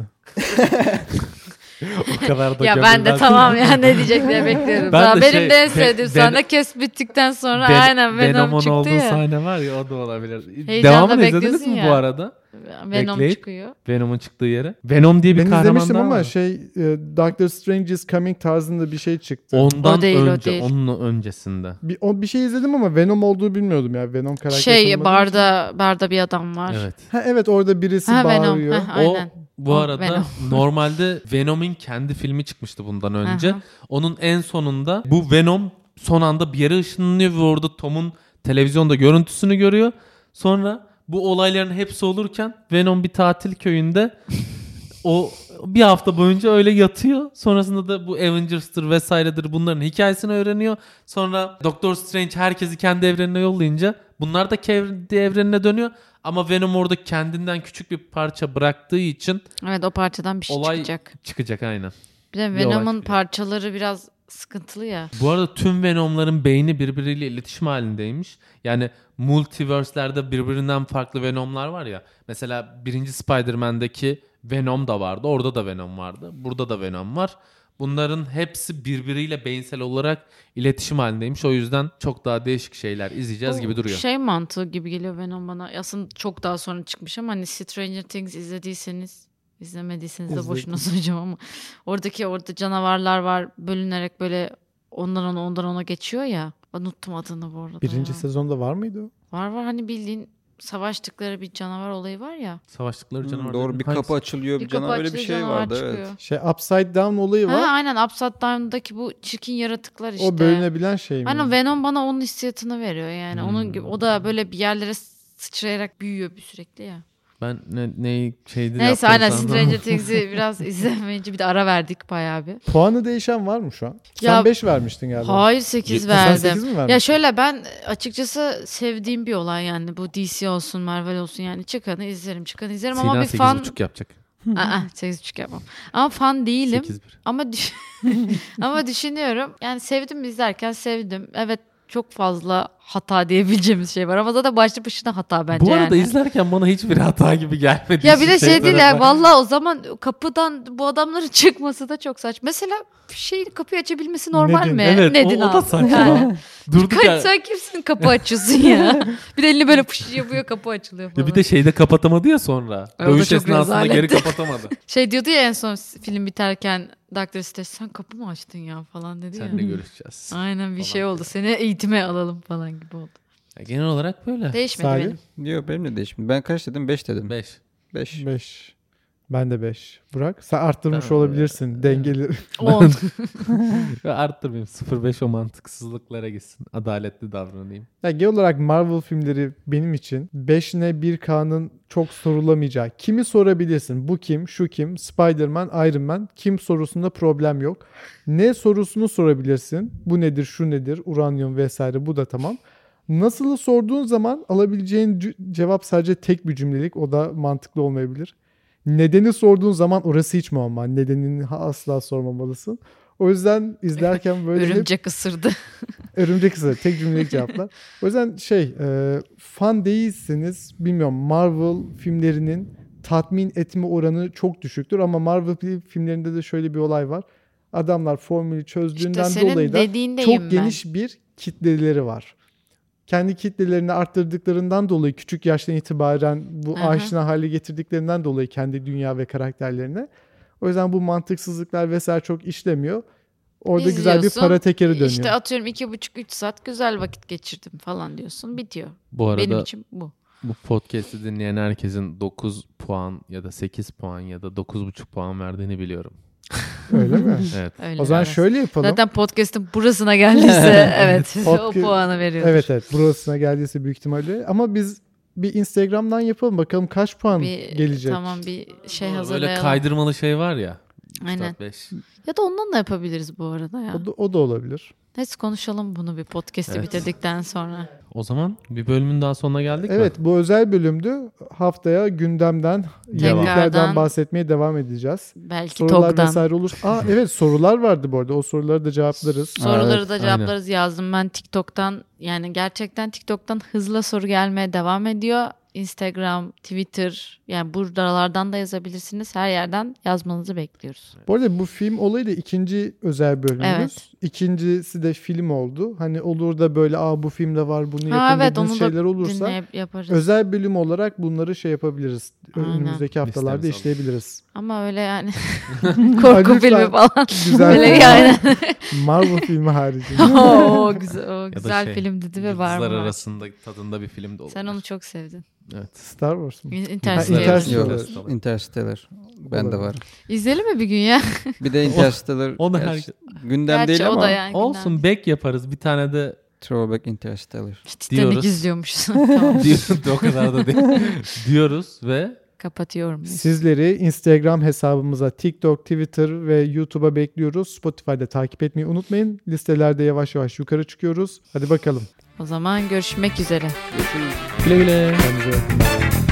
O kadar da
Ya ben de
gömülmez.
tamam ya ne diyecek diye bekliyorum.
Ben
Daha
de
benim
şey,
de en
Ve-
sevdiğim
Ven-
sahne kes bittikten sonra
Ben-
aynen Venom
Venom'un
çıktı
olduğu
ya.
sahne var ya o da olabilir.
Heyecanla
Devamını izlediniz
bekliyorsun
mi
ya.
bu arada?
Venom
Bekleyip-
çıkıyor.
Venom'un çıktığı yere. Venom diye bir
Ben
kahraman
izlemiştim
daha
ama
var.
şey e, Doctor Strange is Coming tarzında bir şey çıktı.
Ondan
O değil, o
önce,
değil.
onun öncesinde.
Bir, o bir şey izledim ama Venom olduğunu bilmiyordum ya. Venom karakteri
Şey
tanımadığım için.
barda barda bir adam var.
Evet.
Ha, evet orada birisi
Ha Venom.
bağırıyor.
Ha, aynen.
O bu
O
arada
Venom.
normalde Venom'in kendi filmi çıkmıştı bundan önce.
Aha.
Onun en sonunda bu Venom son anda bir yere ışınlanıyor ve orada Tom'un televizyonda görüntüsünü görüyor. Sonra bu olayların hepsi olurken Venom bir tatil köyünde o bir hafta boyunca öyle yatıyor. Sonrasında da bu Avengers'tır vesairedir bunların hikayesini öğreniyor. Sonra Doctor Strange herkesi kendi evrenine yollayınca bunlar da kendi evrenine dönüyor. Ama Venom orada kendinden küçük bir parça bıraktığı için
Evet o parçadan bir şey
olay
çıkacak.
çıkacak aynen.
Bir de
bir olay
Venom'un
çıkıyor.
parçaları biraz sıkıntılı ya.
Bu arada tüm Venom'ların beyni birbiriyle iletişim halindeymiş. Yani multiverse'lerde birbirinden farklı Venom'lar var ya. Mesela birinci Spider-Man'deki Venom da vardı. Orada da Venom vardı. Burada da Venom var. Bunların hepsi birbiriyle beyinsel olarak iletişim halindeymiş. O yüzden çok daha değişik şeyler izleyeceğiz gibi duruyor.
Şey mantığı gibi geliyor Venom bana. Aslında çok daha sonra çıkmış ama hani Stranger Things izlediyseniz izlemediyseniz de
İzledim.
boşuna söyleyeceğim ama oradaki orada canavarlar var bölünerek böyle ondan ona ondan ona geçiyor ya. Unuttum adını bu arada.
Birinci
ya.
sezonda var mıydı o?
Var var hani bildiğin savaştıkları bir canavar olayı var ya.
Savaştıkları
Hmm,
canavar.
doğru
dedin.
bir
Hangisi?
kapı açılıyor bir
Bir kapı
canavar öyle bir
açılıyor,
şey
canavar
vardı
çıkıyor.
evet.
Şey Upside Down olayı var.
Ha, aynen Upside Down'daki bu çirkin yaratıklar işte.
O bölünebilen şey mi?
Aynen Venom bana onun hissiyatını veriyor yani.
Hmm.
Onun gibi o da böyle bir yerlere sıçrayarak büyüyor bir sürekli ya.
Ben ne, neyi şeydi
Neyse
yaptığını
aynen
sandım.
Stranger Things'i biraz izlemeyince bir de ara verdik bayağı bir.
Puanı değişen var mı şu an? Sen
Ya-
beş vermiştin galiba.
Hayır sekiz
Sen
verdim.
sekiz mi vermiştin?
Ya şöyle ben açıkçası sevdiğim bir olay yani bu D C olsun Marvel olsun yani çıkanı izlerim çıkanı izlerim ama
Sinan
bir
sekiz
fan...
buçuk yapacak.
Aa, sekiz buçuk yapmam. Ama fan değilim.
sekiz bir.
Ama düş- ama düşünüyorum. Yani sevdim mi izlerken sevdim. Evet çok fazla hata diyebileceğimiz şey var ama zaten başlı başına hata bence
Bu arada
yani.
izlerken bana hiçbir hata gibi gelmedi.
Ya bir de
Şu
şey değil
şeylere
ya
bak.
vallahi o zaman kapıdan bu adamların çıkması da çok saçma. Mesela şey kapıyı açabilmesi normal
Nedin.
mi?
Evet
Nedin
o, o da
abi.
saçma.
Yani.
Durduk
Kaç
ya.
sen kimsin kapı açıyorsun ya? Bir de elini böyle pış yapıyor kapı açılıyor falan.
Ya bir de şeyde kapatamadı ya sonra.
Ay, o da
Dövüş
çok
esnasında geri
rezaletti.
kapatamadı.
Şey diyordu ya en son film biterken Doktor Strange sen kapı mı açtın ya falan dedi ya.
Seninle görüşeceğiz.
Aynen bir
Falan
şey oldu. Seni eğitime alalım falan gibi oldu.
Ya genel olarak böyle.
Değişmedi
Salih?
benim.
Yok benim de değişmedi. Ben kaç dedim? beş dedim.
beş.
beş.
beş. Ben de beş. Burak sen arttırmış
Ben-
olabilirsin dengeli.
on.
Ve arttırmayayım. sıfır beş o mantıksızlıklara gitsin. Adaletli davranayım.
Ya genel olarak Marvel filmleri benim için beş N bir K'nın çok sorulamayacağı. Kimi sorabilirsin? Bu kim? Şu kim? Spider-Man, Iron Man. Kim sorusunda problem yok. Ne sorusunu sorabilirsin? Bu nedir? Şu nedir? Uranyum vesaire. Bu da tamam. Nasıl'ı sorduğun zaman alabileceğin c- cevap sadece tek bir cümlelik. O da mantıklı olmayabilir. nedeni sorduğun zaman orası hiç muamma. Nedenini asla sormamalısın. O yüzden izlerken böyle
Örümcek ısırdı.
örümcek ısırır. Tek cümlelik cevaplar. O yüzden şey e, fan değilseniz bilmiyorum, Marvel filmlerinin tatmin etme oranı çok düşüktür ama Marvel filmlerinde de şöyle bir olay var. Adamlar formülü çözdüğünden
İşte senin
dolayı da
dediğindeyim
çok geniş bir kitleleri var. Kendi kitlelerini arttırdıklarından dolayı küçük yaştan itibaren bu
Aha.
aşina hale getirdiklerinden dolayı kendi dünya ve karakterlerine. O yüzden bu mantıksızlıklar vesaire çok işlemiyor. Orada güzel bir
İzliyorsun,
para tekeri dönüyor.
İşte atıyorum iki buçuk üç saat güzel vakit geçirdim falan diyorsun. Bitiyor.
Bu arada
Benim için bu.
bu podcast'i dinleyen herkesin dokuz puan ya da sekiz puan ya da dokuz buçuk puan verdiğini biliyorum.
Öyle mi?
Evet.
Öyle
O zaman
biraz.
şöyle yapalım.
Zaten podcast'ın burasına geldiyse evet o
Podca-
puanı veriyordur.
Evet evet, burasına geldiyse büyük ihtimalle. Ama biz bir Instagram'dan yapalım bakalım kaç puan
Bir,
gelecek.
Tamam bir şey
Böyle
hazırlayalım.
kaydırmalı şey var ya.
Aynen.
üç, dört, beş.
Ya da ondan da yapabiliriz bu arada ya.
O da, o da olabilir.
Neyse konuşalım bunu bir podcast'i
Evet.
bitirdikten sonra.
O zaman bir bölümün daha sonuna geldik mi?
Evet, bu özel bölümdü. Haftaya gündemden, yeniliklerden
Tekrardan-
bahsetmeye devam edeceğiz.
Belki
Sorular
TOG'dan.
vesaire olur. Aa evet, sorular vardı bu arada. O soruları da cevaplarız.
Soruları
Evet,
da cevaplarız yazdım ben TikTok'tan. Yani gerçekten TikTok'tan hızla soru gelmeye devam ediyor. Instagram, Twitter, yani buralardan da yazabilirsiniz. Her yerden yazmanızı bekliyoruz.
Bu arada bu film olayı da ikinci özel bölümümüz.
Evet.
İkincisi de film oldu. Hani olur da böyle aa bu filmde var bunu
Ha
yapın
evet
dediğiniz
onu
şeyler
da
olursa
dinleyip yaparız.
özel bölüm olarak bunları şey yapabiliriz.
Aynen.
Önümüzdeki haftalarda
Listemize
işleyebiliriz.
Ama öyle yani korku
Lütfen.
filmi falan.
Güzel
Öyle
film.
yani.
Marvel filmi haricinde.
o güzel, o
Ya da
güzel
şey,
film dedi ve var
Yıldızlar
mı?
arasında tadında bir film de olur.
Sen onu çok sevdin.
Evet.
Star Wars mu?
Interstellar.
Interstellar.
Yok, Interstellar. Ben de var.
İzleyelim mi bir gün ya?
Bir de Interstellar.
O da
gerçi
her-
gündem
Gerçi
değil
o
ama
da yani.
Olsun,
gündem.
back yaparız. Bir tane de
Throwback Interstellar.
Titanic
diyoruz.
izliyormuşsun. Tamam.
diyoruz. O kadar da değil. diyoruz ve
Kapatıyorum.
Sizleri Instagram hesabımıza, TikTok, Twitter ve YouTube'a bekliyoruz. Spotify'da takip etmeyi unutmayın. Listelerde yavaş yavaş yukarı çıkıyoruz. Hadi bakalım.
O zaman görüşmek üzere.
Görüşürüz.
güle güle.
Kendinize iyi bakın.